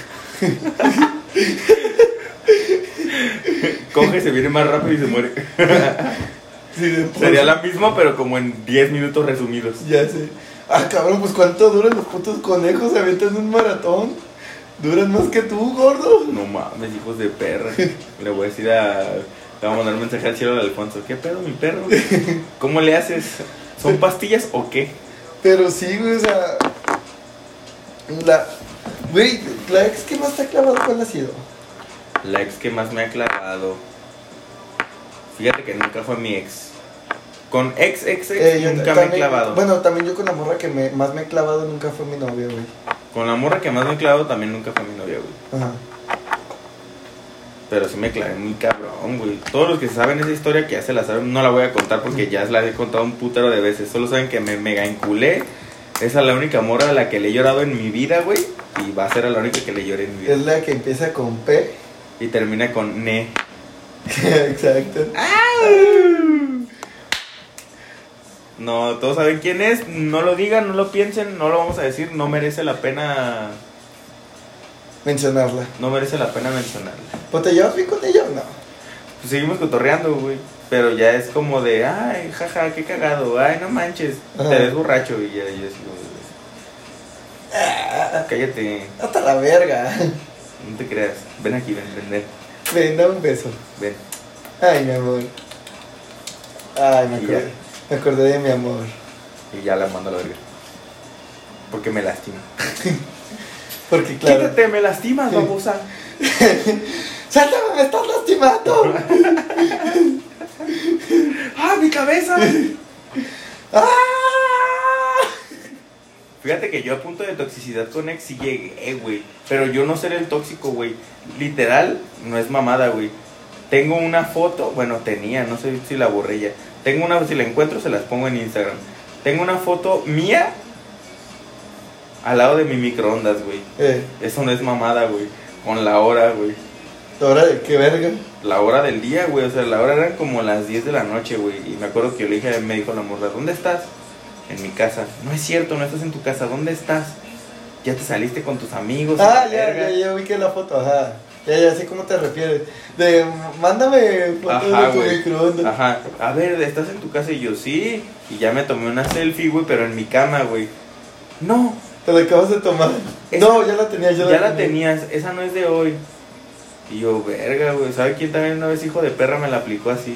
Coge, se viene más rápido y se muere. Sí, de por- Sería la misma, pero como en diez minutos resumidos. Ya sé. Ah, cabrón, pues ¿cuánto duran los putos conejos? Se avientan un maratón. Duran más que tú, gordo. No mames, hijos de perra. Le voy a decir a... Le voy a mandar un mensaje al cielo de Alfonso. ¿Qué pedo, mi perro? ¿Cómo le haces? ¿Son pastillas o qué? Pero sí, güey, o sea. La. Güey, la ex que más te ha clavado, ¿cuál ha sido? La ex que más me ha clavado. Fíjate que nunca fue mi ex. Con ex, ex, ex, Eh, yo nunca me he también- clavado. Bueno, también yo con la morra que me, más me he clavado nunca fue mi novia, güey. Con la morra que más me he clavado también nunca fue mi novia, güey. Ajá. Pero sí me clavé muy cabrón, güey. Todos los que saben esa historia, que ya se la saben, no la voy a contar porque ya la he contado un putero de veces. Solo saben que me mega enculé. Esa es la única morra a la que le he llorado en mi vida, güey. Y va a ser a la única que le lloré en mi vida. Es la que empieza con P. Y termina con ne. Exacto. No, todos saben quién es. No lo digan, no lo piensen, no lo vamos a decir. No merece la pena. Mencionarla. No merece la pena mencionarla. ¿Pues te llevas bien con ella o no? Pues seguimos cotorreando, güey. Pero ya es como de, ay, jaja, qué cagado. Ay, no manches. Ajá. Te ves borracho y ya, ya es como de, Ah, cállate, hasta la verga. no te creas. Ven aquí, ven, ven, ven. Ven, dame un beso. ven. Ay, mi amor. Ay, me Y acordé. ya. Me acordé de mi amor. Y ya la mando a la verga. Porque me lastima. Porque, claro. Quítate, me lastimas, babosa. ¡Sáltame, me estás lastimando! ¡Ah, mi cabeza! ¡Ah! Fíjate que yo a punto de toxicidad con ex sí llegué, güey. Pero yo no seré el tóxico, güey. Literal, no es mamada, güey. Tengo una foto, bueno, tenía, no sé si la borré ya. Tengo una, si la encuentro se las pongo en Instagram. Tengo una foto mía al lado de mi microondas, güey. Eh, Eso no es mamada, güey. Con la hora, güey. ¿ahora de qué verga? La hora del día, güey. O sea, la hora eran como las diez de la noche, güey. Y me acuerdo que yo le dije, me dijo la morra, ¿dónde estás? En mi casa. No es cierto, no estás en tu casa. ¿Dónde estás? Ya te saliste con tus amigos. Ah, la ya, verga. ya, ya vi que la foto, ajá. Ya, ya sé cómo te refieres. De, mándame fotos Ajá, de tu güey. microondas. Ajá. A ver, ¿estás en tu casa? Y yo, sí. Y ya me tomé una selfie, güey, pero en mi cama, güey. No. Te la acabas de tomar. Esa- No, ya la tenías, ya, Ya la la tenía. tenías. Esa no es de hoy. Y yo, verga, güey. ¿Sabe quién también una vez, hijo de perra, me la aplicó así?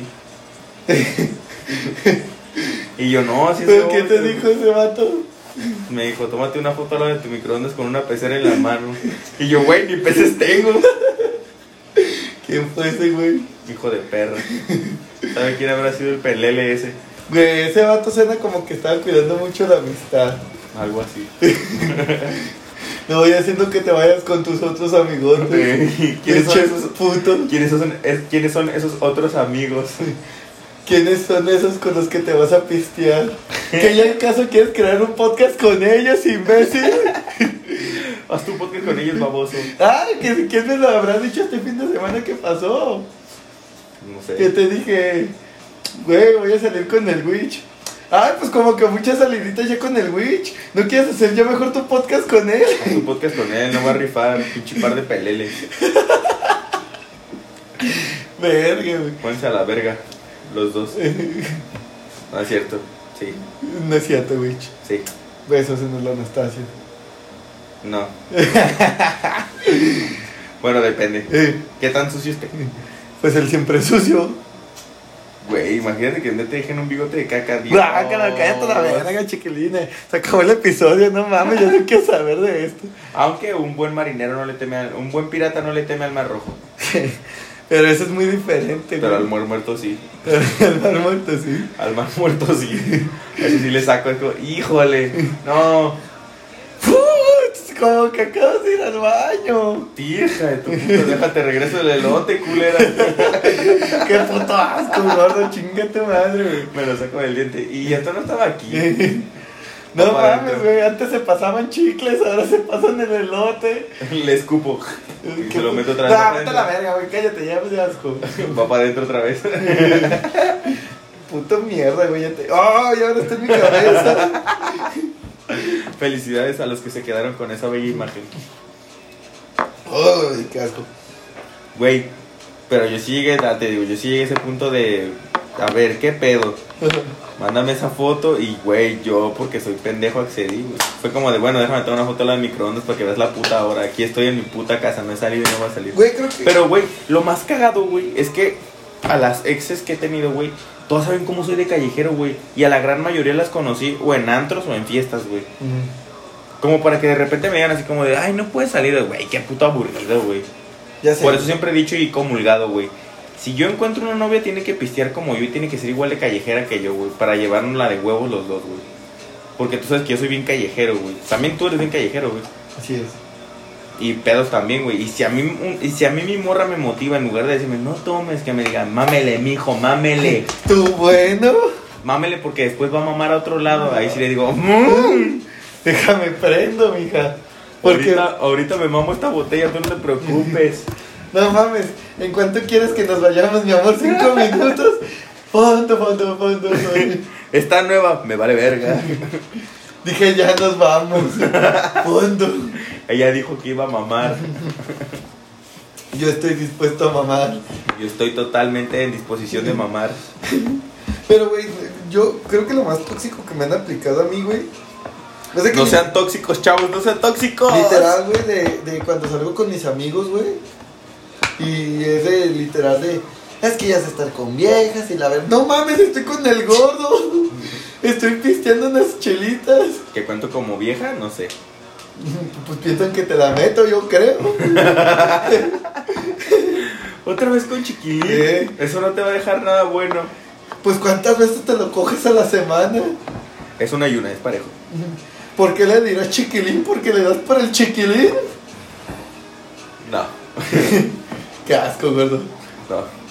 Y yo, no, así es de ¿Pero qué hoy, te güey. dijo ese vato? Me dijo, tómate una foto a la de tu microondas con una pecera en la mano. Y yo, güey, ni peces tengo. ¿Quién fue ese, güey? Hijo de perra. ¿Sabe quién habrá sido el pelele ese? Güey, ese vato suena como que estaba cuidando mucho la amistad. Algo así. No voy haciendo que te vayas con tus otros amigotes. ¿Quiénes son Pinche esos, puto. ¿quiénes son, es- ¿Quiénes son esos otros amigos? ¿Quiénes son esos con los que te vas a pistear? ¿Que ya en caso quieres crear un podcast con ellos, imbécil? Haz tu podcast con ellos, baboso. Ay, que ¿quién me lo habrá dicho este fin de semana que pasó? No sé. Que te dije, güey, voy a salir con el Witch. Ay, pues como que muchas saliditas ya con el Witch. ¿No quieres hacer ya mejor tu podcast con él? Haz tu podcast con él, no va a rifar, pinche par de peleles. Verga, güey. Pónganse a la verga, los dos. No es cierto, sí, No es cierto, Witch. sí, Besos en el Anastasio. no. Bueno, depende. Eh, ¿Qué tan sucio esté? pues él siempre es sucio. Güey, imagínate que te dejen un bigote de caca, Dios. Ah, que la cállate la verga, chiquilina. Se acabó el episodio, no mames, yo no quiero saber de esto. Aunque un buen marinero no le teme al... Un buen pirata no le teme al mar rojo. Pero eso es muy diferente, Pero al güey. mar muerto sí. El mar muerto, sí. Al mar muerto sí. Eso sí le saco, es como, híjole, no. Putz, como que acabas de ir al baño. Hija de tu puta, déjate regreso del elote, culera. Qué puto asco, gordo, chinga tu madre, güey. Me lo saco del diente. Y esto no estaba aquí. No Va para mames, adentro. güey, antes se pasaban chicles, ahora se pasan en el elote. Le escupo. Y se lo meto otra vez. No, para vete a la adentro. verga, güey, cállate, ya me de asco. Va para adentro otra vez. Puto mierda, güey, ya te... ¡Oh, y ahora está en mi cabeza! Felicidades a los que se quedaron con esa bella imagen. ¡Ay, qué asco! Güey, pero yo sí llegué, ah, te digo, yo sí llegué a ese punto de... A ver, ¿qué pedo? Mándame esa foto y, güey, yo porque soy pendejo accedí, güey. Fue como de, bueno, déjame tomar una foto de la microondas para que veas la puta hora. Aquí estoy en mi puta casa, no he salido y no voy a salir. Güey, creo que... Pero, güey, lo más cagado, güey, es que a las exes que he tenido, güey, todas saben cómo soy de callejero, güey. Y a la gran mayoría las conocí o en antros o en fiestas, güey. Mm, Como para que de repente me digan así como de, ay, no puedes salir, güey, qué puto aburrido, güey. ya sé. Por eso siempre he dicho y comulgado, güey. Si yo encuentro una novia, tiene que pistear como yo y tiene que ser igual de callejera que yo, güey. Para llevarnos la de huevos los dos, güey. Porque tú sabes que yo soy bien callejero, güey. También tú eres bien callejero, güey. Así es. Y pedos también, güey. Y si a mí un- y si a mí mi morra me motiva, en lugar de decirme, no tomes, que me digan, mámele, mijo, mámele. ¿Tú bueno? Mámele porque después va a mamar a otro lado. Ahí sí le digo, mmm. Déjame prendo, mija. Porque... Ahorita, ahorita me mamo esta botella, tú no te preocupes. No mames, ¿en cuánto quieres que nos vayamos, mi amor? ¿Cinco minutos? Fondo, fondo, fondo, fondo. Está nueva, me vale verga. Dije, ya nos vamos. Fondo. Ella dijo que iba a mamar. Yo estoy dispuesto a mamar. Yo estoy totalmente en disposición de mamar. Pero, güey, yo creo que lo más tóxico que me han aplicado a mí, güey. No, sé que No li- sean tóxicos, chavos, no sean tóxicos. Literal, güey, de, de cuando salgo con mis amigos, güey. Y es de literal de... Es que ya se estar con viejas y la verdad... No mames, estoy con el gordo. Estoy pisteando unas chelitas. Que cuento como vieja, no sé. Pues piensan que te la meto, yo creo. Otra vez con chiquilín. ¿Qué? Eso no te va a dejar nada bueno. Pues ¿cuántas veces te lo coges a la semana? Es una y una, es parejo. ¿Por qué le dirás chiquilín? ¿Porque le das para el chiquilín? No, Qué asco, gordo. no.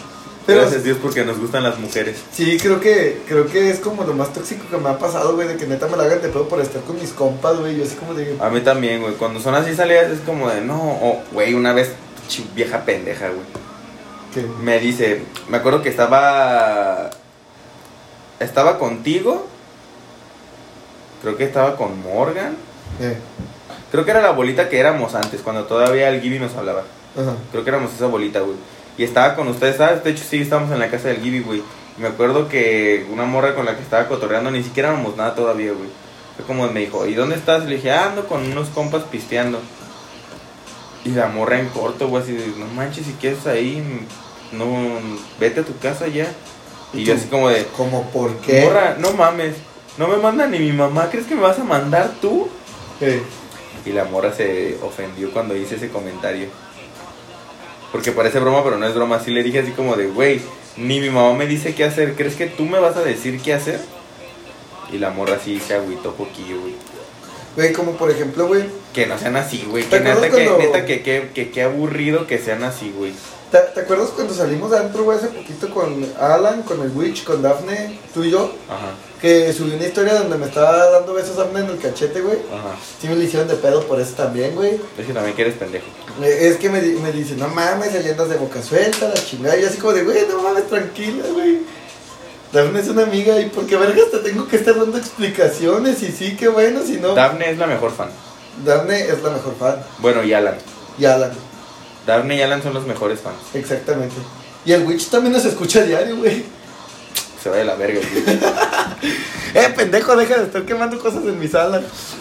Pero, gracias Dios porque nos gustan las mujeres. Sí, creo que creo que es como lo más tóxico que me ha pasado, güey, de que neta me la hagan de pedo por estar con mis compas, güey. Yo así como de... A mí también, güey. Cuando son así salidas es como de, no, oh, güey, una vez, ch- vieja pendeja, güey. ¿Qué? Me dice, me acuerdo que estaba, estaba contigo, creo que estaba con Morgan. Eh. Creo que era la bolita que éramos antes, cuando todavía el Gibi nos hablaba. Ajá. Creo que éramos esa bolita, güey. Y estaba con ustedes, ¿sabes? De hecho, sí, estábamos en la casa del Gibi, güey. Y me acuerdo que una morra con la que estaba cotorreando, ni siquiera éramos nada todavía, güey. Fue como me dijo, ¿y dónde estás? Le dije, ah, ando con unos compas pisteando. Y la morra en corto, güey, así de, no manches, si quieres ahí, no, vete a tu casa ya. Y, ¿Y yo tú? así como de, ¿Cómo por qué? morra, no mames, no me manda ni mi mamá, ¿crees que me vas a mandar tú? Eh. Y la morra se ofendió cuando hice ese comentario. Porque parece broma, pero no es broma. Así le dije así como de, güey, ni mi mamá me dice qué hacer. ¿Crees que tú me vas a decir qué hacer? Y la morra sí se agüitó poquillo, güey. Güey, como por ejemplo, güey, Que no sean así, güey. ¿Te Que neta, acuerdas que, cuando- neta que, que, que, que aburrido que sean así, güey. ¿te, te acuerdas cuando salimos de antro, güey, hace poquito con Alan, con el Witch, con Daphne, tú y yo? Ajá, Que subí una historia donde me estaba dando besos a Daphne en el cachete, güey. ajá. Sí me le hicieron de pedo por eso también, güey. Es que también que eres pendejo. Eh, Es que me, di- me dice, no mames, ahí andas de boca suelta, la chingada. Y yo así como de, güey, no mames, tranquila, güey. Daphne es una amiga y porque vergas te tengo que estar dando explicaciones. Y sí, qué bueno, si no. Daphne es la mejor fan. Daphne es la mejor fan. Bueno, y Alan. Y Alan, Daphne y Alan son los mejores fans. exactamente. Y el Witch también nos escucha a diario, güey. Se va de la verga, güey. Eh, pendejo, deja de estar quemando cosas en mi sala.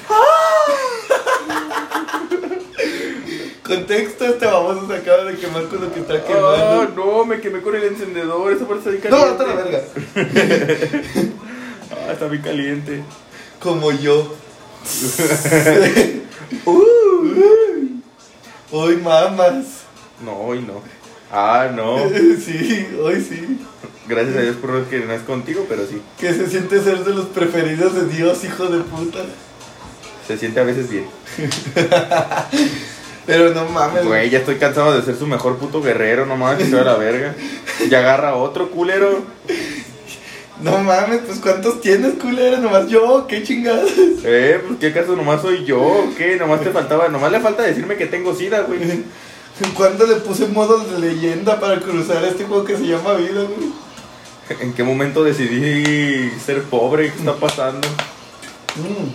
Contexto, este baboso se acaba de quemar con lo que está Ah, quemando. no, me quemé con el encendedor. Eso parece bien No, caliente. no, la verga. Ah, está bien caliente. Como yo. uh, hoy mamas. No, hoy no. Ah, no. Sí, hoy sí. Gracias a Dios por que no es contigo, pero sí. Que se siente ser de los preferidos de Dios, hijo de puta. Se siente a veces bien. Pero no mames. Güey, ya estoy cansado de ser su mejor puto guerrero, no mames, que se va a la verga. Y agarra a otro culero. No mames, pues ¿cuántos tienes, culera? Nomás yo, qué chingados. Eh, pues qué acaso nomás soy yo, ¿o qué? Nomás te faltaba, nomás le falta decirme que tengo sida, güey. ¿Cuándo le puse modo de leyenda para cruzar este juego que se llama vida, güey? ¿En qué momento decidí ser pobre? ¿Qué está pasando? Mm.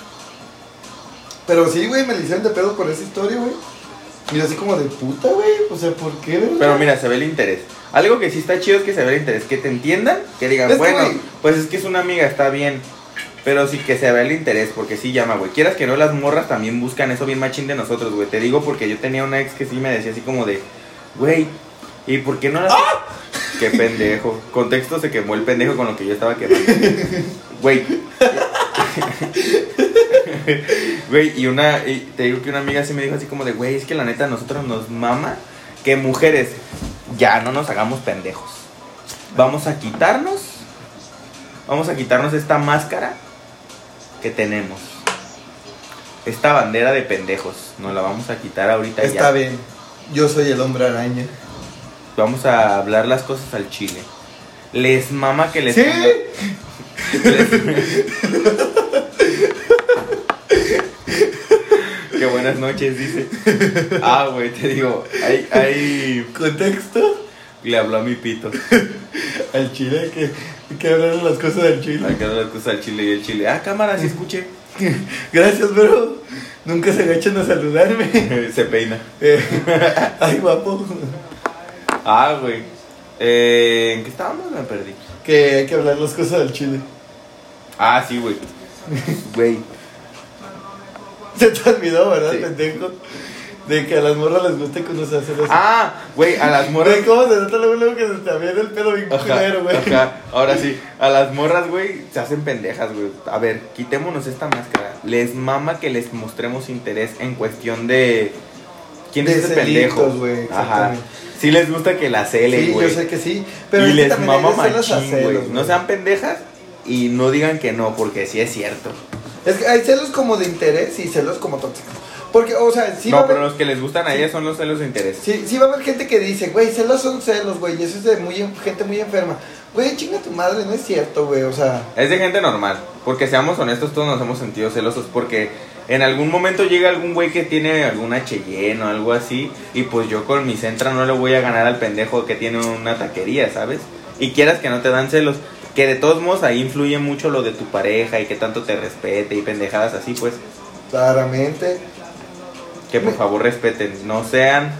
Pero sí, güey, me le hicieron de pedo por esa historia, güey. Mira, así como de puta, güey. O sea, ¿por qué, verdad? Pero mira, se ve el interés. Algo que sí está chido es que se ve el interés. Que te entiendan, que digan, Es que, bueno, güey, pues es que es una amiga, está bien. Pero sí que se ve el interés, porque sí llama, güey. Quieras que no, las morras también buscan eso bien machín de nosotros, güey. Te digo porque yo tenía una ex que sí me decía así como de, güey, ¿y por qué no las... ¡Ah! Qué pendejo. Contexto, se quemó el pendejo con lo que yo estaba quemando. Güey. Güey, y una, y te digo que una amiga sí me dijo así como de, güey, es que la neta a nosotros nos mama que mujeres, ya no nos hagamos pendejos. Vamos a quitarnos, vamos a quitarnos esta máscara que tenemos. Esta bandera de pendejos, nos la vamos a quitar ahorita ya. Está bien. Yo soy el hombre araña. Vamos a hablar las cosas al chile. Les mama que les... ¿Sí? Les- Qué buenas noches, dice. Ah, güey, te digo, hay, hay... ¿Contexto? Le habló a mi pito. Al chile, que, que hablaron las cosas del chile. Hay que hablar las cosas al chile y el chile. Ah, cámara, sí escuché. Gracias, bro. Nunca se agachan a saludarme. Se peina. Eh, ay, guapo. Ah, güey. Eh, ¿En qué estábamos? Me perdí. Que hay que hablar las cosas del chile. Ah, sí, güey. Güey. Se te olvidó, ¿verdad, Sí. pendejo? De que a las morras les gusta que uno se hace así. Ah, güey, a las morras... Güey, ¿cómo se nota luego, luego que se te viene el pedo bien Ajá, culero, güey? ajá. Ahora sí, a las morras, güey, se hacen pendejas, güey. A ver, quitémonos esta máscara. Les mama que les mostremos interés en cuestión de... ¿Quién De es ese celitos, pendejo? güey, Ajá. exactamente. Sí les gusta que la celen, Sí, güey. yo sé que sí. Pero Y es que les también hay mama de celos a machín, celos, güey. No sean pendejas y no digan que no, porque sí es cierto. Es que hay celos como de interés y celos como tóxicos. Porque, o sea, sí va No, a haber... pero los que les gustan a ella son los celos de interés. Sí, sí va a haber gente que dice, güey, celos son celos, güey, y eso es de muy, gente muy enferma. Güey, chinga tu madre, no es cierto, güey, o sea... Es de gente normal, porque seamos honestos, todos nos hemos sentido celosos, porque en algún momento llega algún güey que tiene alguna Cheyenne o algo así, y pues yo con mi Centra no le voy a ganar al pendejo que tiene una taquería, ¿sabes? Y quieras que no te dan celos, que de todos modos ahí influye mucho lo de tu pareja y que tanto te respete y pendejadas así, pues, Claramente. que por favor respeten, no sean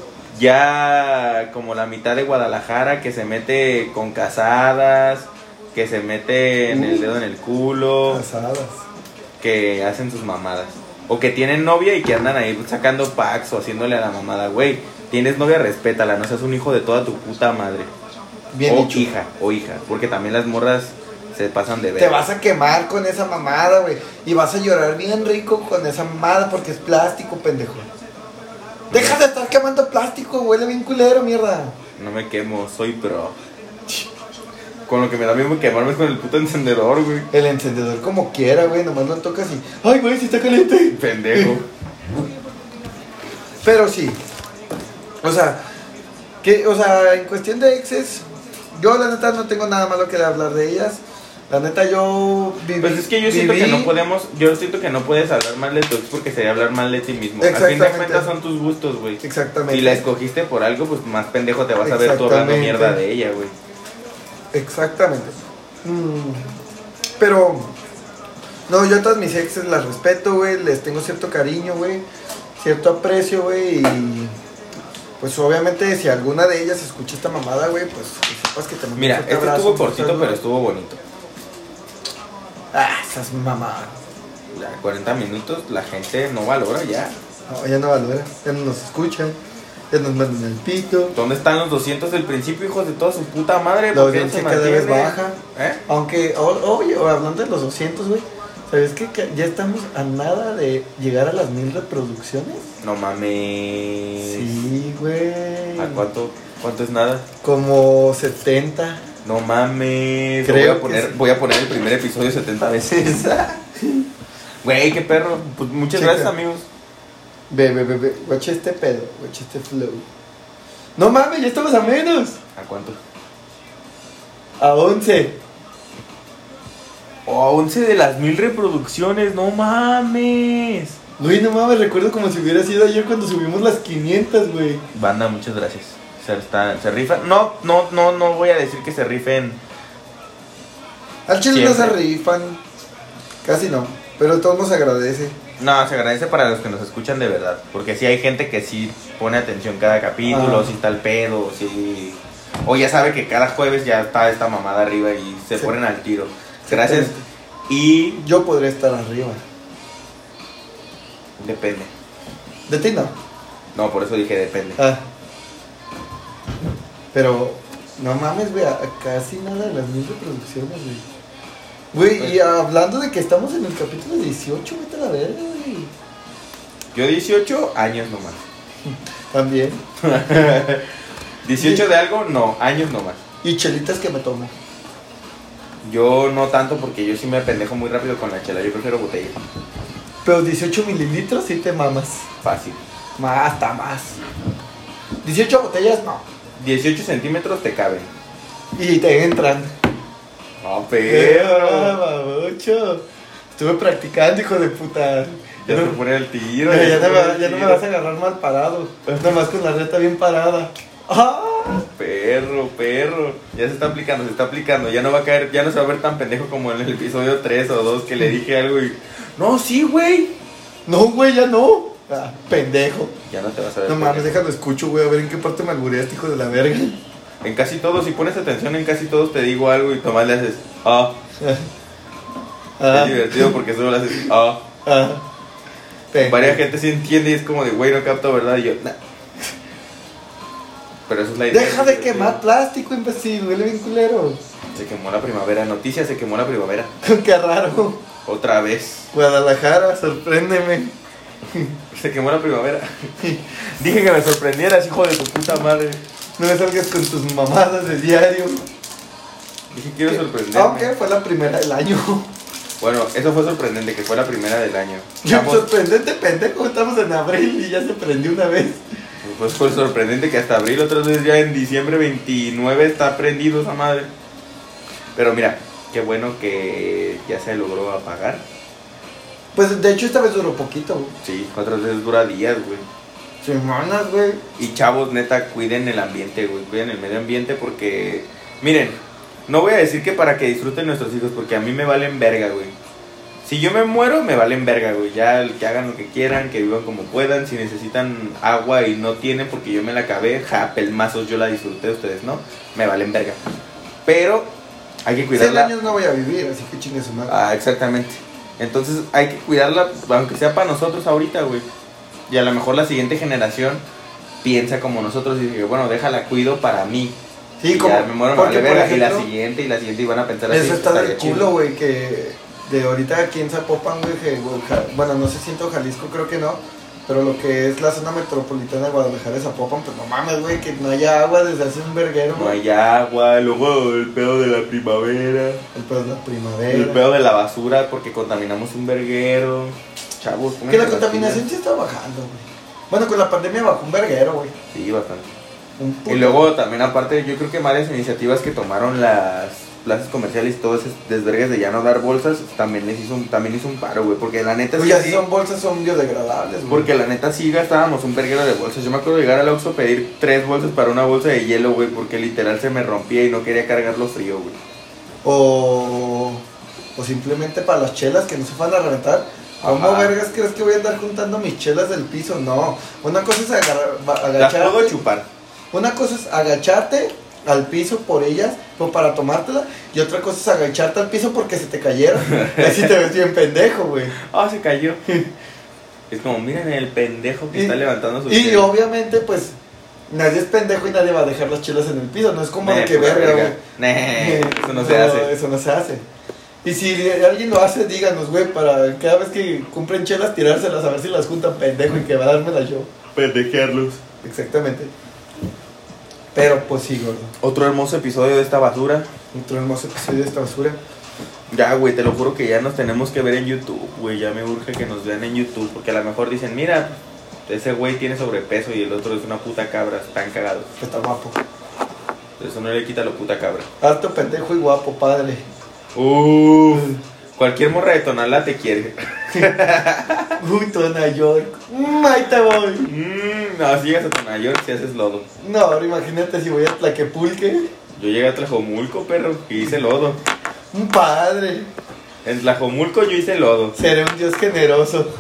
ya como la mitad de Guadalajara que se mete con casadas, que se mete en el dedo en el culo, Casadas. que hacen sus mamadas, o que tienen novia y que andan ahí sacando packs o haciéndole a la mamada. Güey, tienes novia, respétala, no seas un hijo de toda tu puta madre. Bien o dicho. hija, o hija, porque también las morras se pasan de ver. Te vas a quemar con esa mamada, güey. Y vas a llorar bien rico con esa mamada porque es plástico, pendejo. Deja de estar quemando plástico, huele bien culero, mierda. No me quemo, soy pro. Con lo que me da miedo quemarme es con el puto encendedor, güey. El encendedor como quiera, güey, nomás lo tocas y... ¡Ay, güey, si está caliente! Pendejo. Pero sí. O sea, que, o sea, en cuestión de exes, yo la neta no tengo nada malo que hablar de ellas. La neta yo viví, Pues es que yo siento viví- que no podemos, yo siento que no puedes hablar mal de tu ex porque sería hablar mal de ti mismo. Al fin de Exactamente. cuentas son tus gustos, güey. Exactamente. Si la escogiste por algo, pues más pendejo te vas a ver tú hablando Exactamente. mierda de ella, güey. Exactamente. Mm, pero... No, yo a todas mis exes las respeto, güey. Les tengo cierto cariño, güey. Cierto aprecio, güey. Y... Pues obviamente si alguna de ellas escucha esta mamada, güey, pues que sepas que te mando un Mira, fuerte este abrazo, estuvo un cortito, saludo. pero estuvo bonito. Ah, esas mamadas. Ya, cuarenta minutos, la gente no valora ya. No, ya no valora. Ya no nos escuchan. Ya nos mandan el pito. ¿Dónde están los doscientos del principio, hijos de toda su puta madre? La ¿Por qué no se audiencia cada vez mantiene? baja. ¿Eh? Aunque, o- oye, o hablando de los doscientos, güey. ¿Sabes qué? Que ya estamos a nada de llegar a las mil reproducciones. No mames. Sí, güey. ¿A cuánto? ¿Cuánto es nada? Como setenta. No mames. Creo voy a poner, que sí. voy a poner el primer episodio setenta veces. Güey, qué perro. Pues muchas Checa. gracias, amigos. Ve, ve, ve, ve. Guacha este pedo. Guacha este flow. No mames, ya estamos a menos. ¿A cuánto? A once. Oh, once de las mil reproducciones, no mames. Güey, no mames, recuerdo como si hubiera sido ayer cuando subimos las quinientas, güey. Banda, muchas gracias. Se, está, se rifan. No, no, no, no voy a decir que se rifen. Al chile no se Siempre. rifan. Casi no. Pero todos nos agradece. No, se agradece para los que nos escuchan de verdad. Porque sí hay gente que sí pone atención cada capítulo, Ah. si está el pedo, si... O ya sabe que cada jueves ya está esta mamada arriba y se Sí. ponen al tiro. Gracias. Exactamente. Y Yo podría estar arriba. depende. De ti no. No, por eso dije depende. Ah. Pero, no mames, güey, a, a casi nada de las mil reproducciones, güey. Güey, y hablando de que estamos en el capítulo dieciocho, vete a la verga, güey. Yo dieciocho años nomás. También. dieciocho de algo, no, años nomás. Y chelitas que me tomo. Yo no tanto porque yo sí me pendejo muy rápido con la chela. Yo prefiero botella. Pero dieciocho mililitros sí te mamas. Fácil. Más, hasta más. dieciocho botellas, no. dieciocho centímetros te caben. Y te entran. No, ¡Eh, pero... babocho! Estuve practicando, hijo de puta. Ya no, se pone el tiro. ya, se no pone me, el ya no me tiro. vas a agarrar mal parado. Nomás con la reta bien parada. ¡Ah! Perro, perro. Ya se está aplicando, se está aplicando. Ya no va a caer, ya no se va a ver tan pendejo como en el episodio tres o dos que le dije algo y... No, sí, güey. No, güey, ya no. Ah, pendejo. Ya no te vas a ver. No mames, pendejo. déjalo escucho, güey. A ver en qué parte me albureaste, hijo de la verga. En casi todos, si pones atención en casi todos te digo algo y Tomás le haces... Ah. Ah, Es divertido porque solo le haces... Ah. ah. Pendejo. Varia gente sí entiende y es como de, güey, no capto, ¿verdad? Y yo, nah. Pero eso es la idea. Deja de quemar plástico, imbécil. Huele bien culero. Se quemó la primavera. Noticias, se quemó la primavera. Qué raro. Otra vez. Guadalajara, sorpréndeme. Se quemó la primavera. Dije que me sorprendieras, hijo de tu puta madre. No me salgas con tus mamadas de diario. Dije quiero sorprenderme. Aunque fue la primera del año. Bueno, eso fue sorprendente, que fue la primera del año. Estamos... Sorprendente, pendejo, estamos en abril y ya se prendió una vez. Pues fue sorprendente que hasta abril, otras veces ya en diciembre veintinueve está prendido esa madre. Pero mira, qué bueno que ya se logró apagar. Pues de hecho esta vez duró poquito, güey. Sí, otras veces dura días, güey. Semanas, güey. Y chavos, neta, cuiden el ambiente, güey. Cuiden el medio ambiente porque... Miren, no voy a decir que para que disfruten nuestros hijos, porque a mí me valen verga, güey. Si yo me muero, me valen verga, güey. Ya que hagan lo que quieran, que vivan como puedan. Si necesitan agua y no tienen porque yo me la acabé, ja, pelmazos, yo la disfruté, ustedes no. Me valen verga. Pero hay que cuidarla. cien años no voy a vivir, así que chingue su madre. Ah, exactamente. Entonces hay que cuidarla, aunque sea para nosotros ahorita, güey. Y a lo mejor la siguiente generación piensa como nosotros y dice, bueno, déjala, cuido para mí. Sí, y como, ya me muero, me vale verga. Y la siguiente y la siguiente y van a pensar así. Eso está del chido. culo, güey, que de ahorita aquí en Zapopan, güey, que, güey, ja- bueno, no sé si en todo Jalisco, creo que no, pero lo que es la zona metropolitana de Guadalajara de Zapopan, pues no mames, güey, que no haya agua desde hace un verguero, No güey. hay agua, luego el pedo de la primavera, El pedo de la primavera. el pedo de la basura porque contaminamos un verguero. Chavos, Que la pónganse las contaminación pilas. sí está bajando, güey. Bueno, con la pandemia bajó un verguero, güey. Sí, bastante. Un puto. Y luego también aparte, yo creo que varias iniciativas que tomaron las plazas comerciales y todos esos desvergues de ya no dar bolsas, también les hizo un, también hizo un paro, güey, porque la neta Oye, sí, así son bolsas, son biodegradables, güey. porque la neta sí gastábamos un verguero de bolsas. Yo me acuerdo de llegar al Oxxo, pedir tres bolsas para una bolsa de hielo, güey, porque literal se me rompía y no quería cargarlo frío, güey. O, o simplemente para las chelas que no se van a reventar. ¿Cómo Ajá. vergas crees que voy a andar juntando mis chelas del piso? No. Una cosa es agarrar, ba- Las puedo agacharte. chupar. Una cosa es agacharte al piso por ellas, o para tomártela. Y otra cosa es agacharte al piso porque se te cayeron. Así te ves bien pendejo, güey. Ah, se cayó. Es como, miren el pendejo que Y- está levantando su Y chela. obviamente, pues, nadie es pendejo y nadie va a dejar las chelas en el piso. No es como de Nah, que pura verga, verga. güey. Nah, eso no se hace. Eso no se hace. Y si alguien lo hace, díganos, güey, para cada vez que compren chelas, tirárselas a ver si las juntan, pendejo, y que va a dármelas yo. Pendejearlos. Exactamente. Pero pues sí, gordo. Otro hermoso episodio de esta basura. Otro hermoso episodio de esta basura. Ya, güey, te lo juro que ya nos tenemos que ver en YouTube, güey. Ya me urge que nos vean en YouTube. Porque a lo mejor dicen, mira, ese güey tiene sobrepeso y el otro es una puta cabra. Están cagados. Está guapo. Eso no le quita lo puta cabra. Alto, pendejo y guapo, padre. Uh, cualquier morra de Tonalá te quiere. Uy, Tona York. Mm, ahí te voy. Mm, no, si llegas a Tonayort si haces lodo. No, ahora imagínate si voy a Tlaquepulque. Yo llegué a Tlajomulco, perro, y hice lodo. Un padre. En Tlajomulco yo hice lodo. Seré un Dios generoso.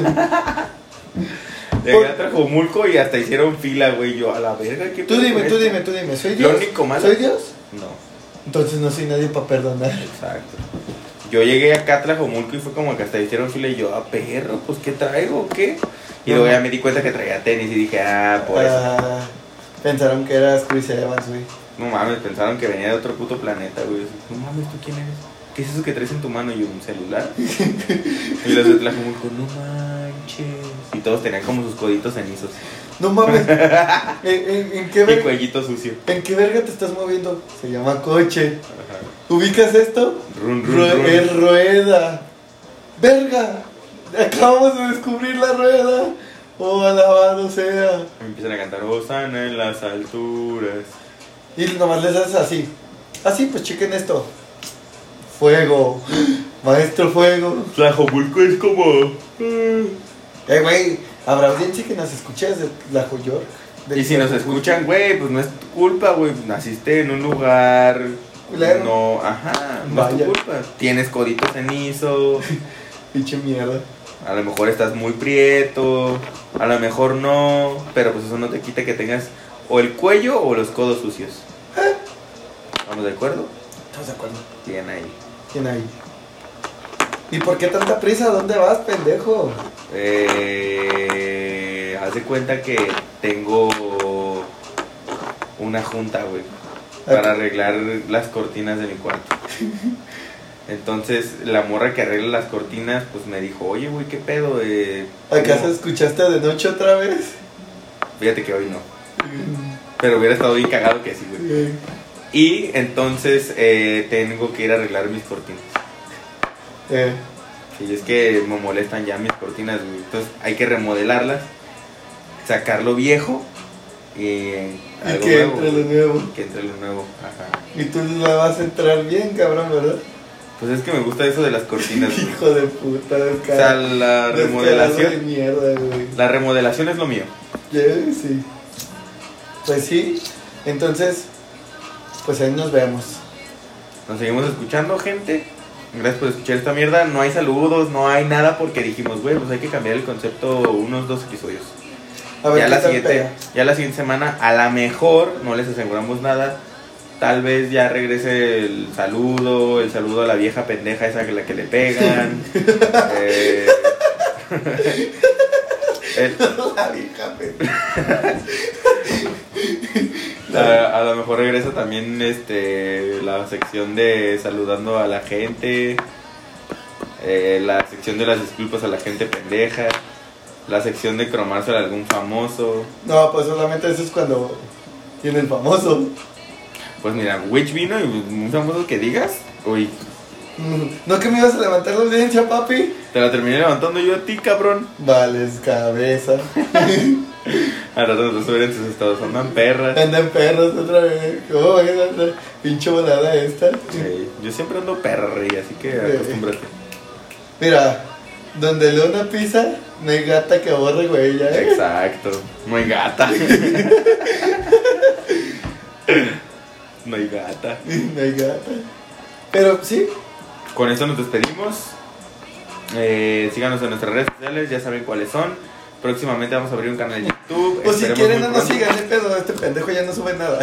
Llegué a Tlajomulco y hasta hicieron fila, güey. Yo, a la verga, ¿qué Tú pedo dime, con tú esto? dime, tú dime. ¿Soy Lo Dios? único malo- ¿Soy Dios? No. Entonces no soy nadie para perdonar. Exacto. Yo llegué acá a Tlajomulco y fue como que hasta hicieron fila y yo, ah, perro, pues ¿qué traigo o qué? Y luego ya me di cuenta que traía tenis y dije, ah, por eso. Ah, pensaron que eras Chris Evans, güey. No mames, pensaron que venía de otro puto planeta, güey. No mames, ¿tú quién eres? ¿Qué es eso que traes en tu mano? Y yo, un celular. Y los de Tlajomulco, no manches. Y todos tenían como sus coditos cenizos. No mames. ¿En, en, en qué Y verga, cuellito sucio. ¿En qué verga te estás moviendo? Se llama coche. Ajá. ¿Ubicas esto? Run, run, Rue- run. Es rueda. Verga. Acabamos de descubrir la rueda. Oh, alabado sea. Me empiezan a cantar Osana en las alturas. Y nomás les haces así. Así, pues chequen esto. Fuego. Maestro Fuego. Tlajomulco es como... Eh, güey, habrá audiencia que nos escuche desde la York. Y si nos escuchan, güey, pues no es tu culpa, güey. Naciste en un lugar... Culero. No, ajá, no es Vaya. tu culpa. Tienes codito cenizo. Pinche mierda. A lo mejor estás muy prieto. A lo mejor no. Pero pues eso no te quita que tengas o el cuello o los codos sucios. ¿Estamos de acuerdo? ¿Estás de acuerdo? Bien ahí. ¿Quién hay? ¿Y por qué tanta prisa? ¿Dónde vas, pendejo? Eh, haz de cuenta que tengo una junta, güey, para arreglar las cortinas de mi cuarto. Entonces, la morra que arregla las cortinas, pues me dijo, oye, güey, ¿qué pedo? Eh, ¿Acaso ¿cómo? escuchaste de noche otra vez? Fíjate que hoy no. Pero hubiera estado bien cagado que sí, güey. Sí. Y entonces eh, tengo que ir a arreglar mis cortinas. Eh. Sí, es que me molestan ya mis cortinas, güey. Entonces hay que remodelarlas, sacar lo viejo y, y algo que nuevo, entre güey. lo nuevo. Que entre lo nuevo, ajá. Y tú la vas a entrar bien, cabrón, ¿verdad? Pues es que me gusta eso de las cortinas, güey. Hijo de puta, O sea, la de remodelación. mierda, güey. La remodelación es lo mío. Yeah, sí. Pues sí, entonces, pues ahí nos vemos. Nos seguimos escuchando, gente. Gracias por escuchar esta mierda. No hay saludos, no hay nada porque dijimos, güey, pues hay que cambiar el concepto unos dos episodios. A ver, Ya ¿qué la tal siguiente, pega? ya la siguiente semana, a lo mejor, no les aseguramos nada. Tal vez ya regrese el saludo, el saludo a la vieja pendeja esa que la que le pegan. eh, el- La vieja pendeja. a, a lo mejor regresa también este la sección de saludando a la gente, eh, la sección de las disculpas a la gente pendeja, la sección de cromarse a algún famoso. No, pues solamente eso es cuando tiene el famoso. Pues mira, Witch vino y un famoso que digas, uy, ¿No que me ibas a levantar la audiencia, papi? te la terminé levantando yo a ti, cabrón. Vales cabeza. A rato nos subir en tus estados, andan perras. Andan perros otra vez. ¿Cómo vas a andar? Pinche volada esta. Sí, yo siempre ando perra, rey, así que acostúmbrate. Mira, donde Leona pisa, no hay gata que aborre, güey, ya, ¿eh? Exacto, no hay gata. No hay gata. No hay gata. Pero sí, Con esto nos despedimos. Eh, síganos en nuestras redes sociales, ya saben cuáles son. Próximamente vamos a abrir un canal de YouTube. pues si esperemos quieren muy no nos pronto. sigan, ¿eh, pedo? Este pendejo ya no sube nada.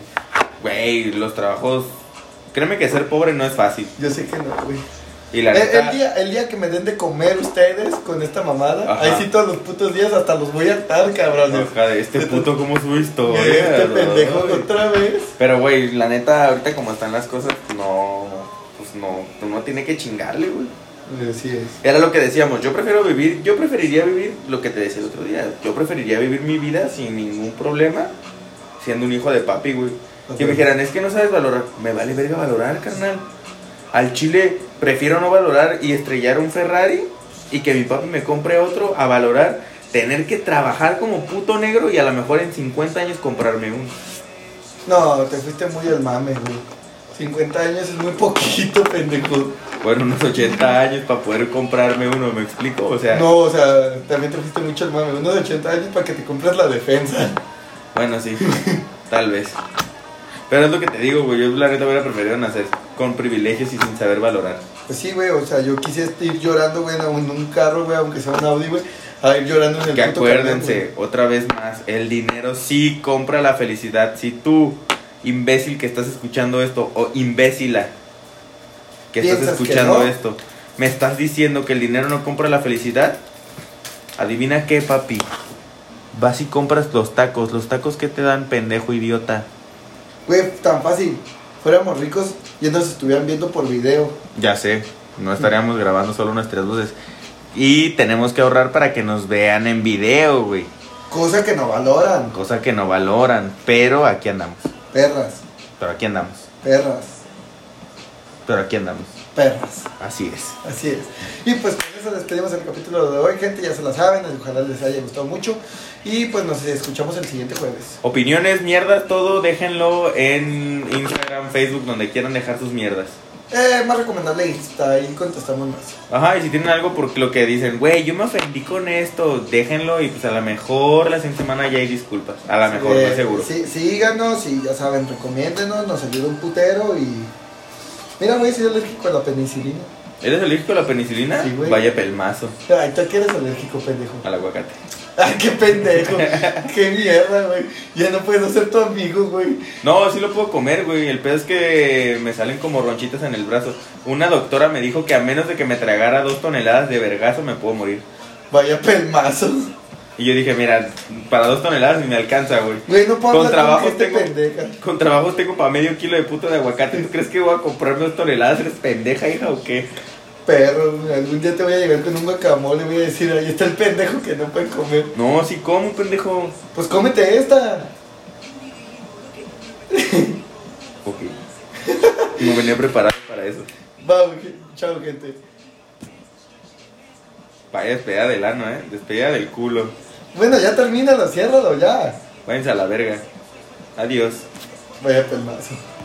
Güey, los trabajos. Créeme que ser pobre no es fácil. Yo sé que no, güey. Y la El, neta. el día, el día que me den de comer ustedes con esta mamada, Ajá. ahí sí todos los putos días hasta los voy a hartar, cabrones. Ojalá, este puto cómo sube historia. Este ¿no? pendejo otra vez. Pero güey, la neta, ahorita como están las cosas, no. Pues no, no tiene que chingarle, güey. Así es. Era lo que decíamos, yo prefiero vivir, yo preferiría vivir lo que te decía el otro día. Yo preferiría vivir mi vida sin ningún problema, siendo un hijo de papi, güey. Ok. Que me dijeran, es que no sabes valorar. Me vale verga valorar, carnal. Al chile prefiero no valorar y estrellar un Ferrari y que mi papi me compre otro a valorar, tener que trabajar como puto negro y a lo mejor en cincuenta años comprarme uno. No, te fuiste muy al mame, güey. cincuenta años es muy poquito, pendejo. Bueno, unos ochenta años para poder comprarme uno, ¿me explico? O sea, No, o sea, también te fuiste mucho al mame. Unos ochenta años para que te compres la defensa. bueno, sí, tal vez. Pero es lo que te digo, güey, yo la neta hubiera preferido nacer con privilegios y sin saber valorar. Pues sí, güey, o sea, yo quise ir llorando, güey, en un carro, güey, aunque sea un Audi, güey, a ir llorando en el Que puto acuérdense, camión, otra vez más, el dinero sí compra la felicidad. Si tú, imbécil que estás escuchando esto, o imbécila que estás ¿Piensas que escuchando no? esto, me estás diciendo que el dinero no compra la felicidad. Adivina qué, papi. Vas y compras los tacos. Los tacos que te dan, pendejo idiota. Güey, tan fácil. Fuéramos ricos y nos estuvieran viendo por video. Ya sé, no estaríamos grabando solo nuestras voces. Y tenemos que ahorrar para que nos vean en video, güey. Cosa que no valoran. Cosa que no valoran. Pero aquí andamos. Perras, Pero aquí andamos. perras, Pero aquí andamos. perras. Así es. Así es. Y pues con eso despedimos el capítulo de hoy, gente. Ya se la saben. Ojalá les haya gustado mucho. Y pues nos escuchamos el siguiente jueves. Opiniones, mierdas, todo déjenlo en Instagram, Facebook, donde quieran dejar sus mierdas. Eh, más recomendable Insta. Ahí contestamos más. Ajá, y si tienen algo por lo que dicen, güey, yo me ofendí con esto, déjenlo y pues a lo mejor la siguiente semana ya hay disculpas. A lo mejor, Eh, no seguro. Sí, síganos y ya saben, recomiéndenos. Nos ayuda un putero y... Mira, güey, soy alérgico a la penicilina. ¿Eres alérgico a la penicilina? Sí, güey. Vaya pelmazo. Ay, ¿tú a qué eres alérgico, pendejo? Al aguacate. Ay, qué pendejo. Qué mierda, güey. Ya no puedo ser tu amigo, güey. No, sí lo puedo comer, güey. El pedo es que me salen como ronchitas en el brazo. Una doctora me dijo que a menos de que me tragara dos toneladas de vergazo me puedo morir. Vaya pelmazo. Y yo dije, mira, para dos toneladas ni me alcanza, güey. Güey, no puedo Con hablar trabajos con gente tengo- pendeja. Con trabajos tengo para medio kilo de puto de aguacate. ¿Tú crees que voy a comprarme dos toneladas? ¿Eres pendeja, hija, o qué? Perro, güey, algún día te voy a llegar con un guacamole y voy a decir, ahí está el pendejo que no puede comer. No, sí como, pendejo. Pues cómete esta. Ok. No venía preparado para eso. Va, güey. Chao, gente. Vaya despedida del ano, ¿eh? Despedida del culo. Bueno, ya termínalo, ciérralo ya. Váyanse a la verga. Adiós. Vaya pelmazo.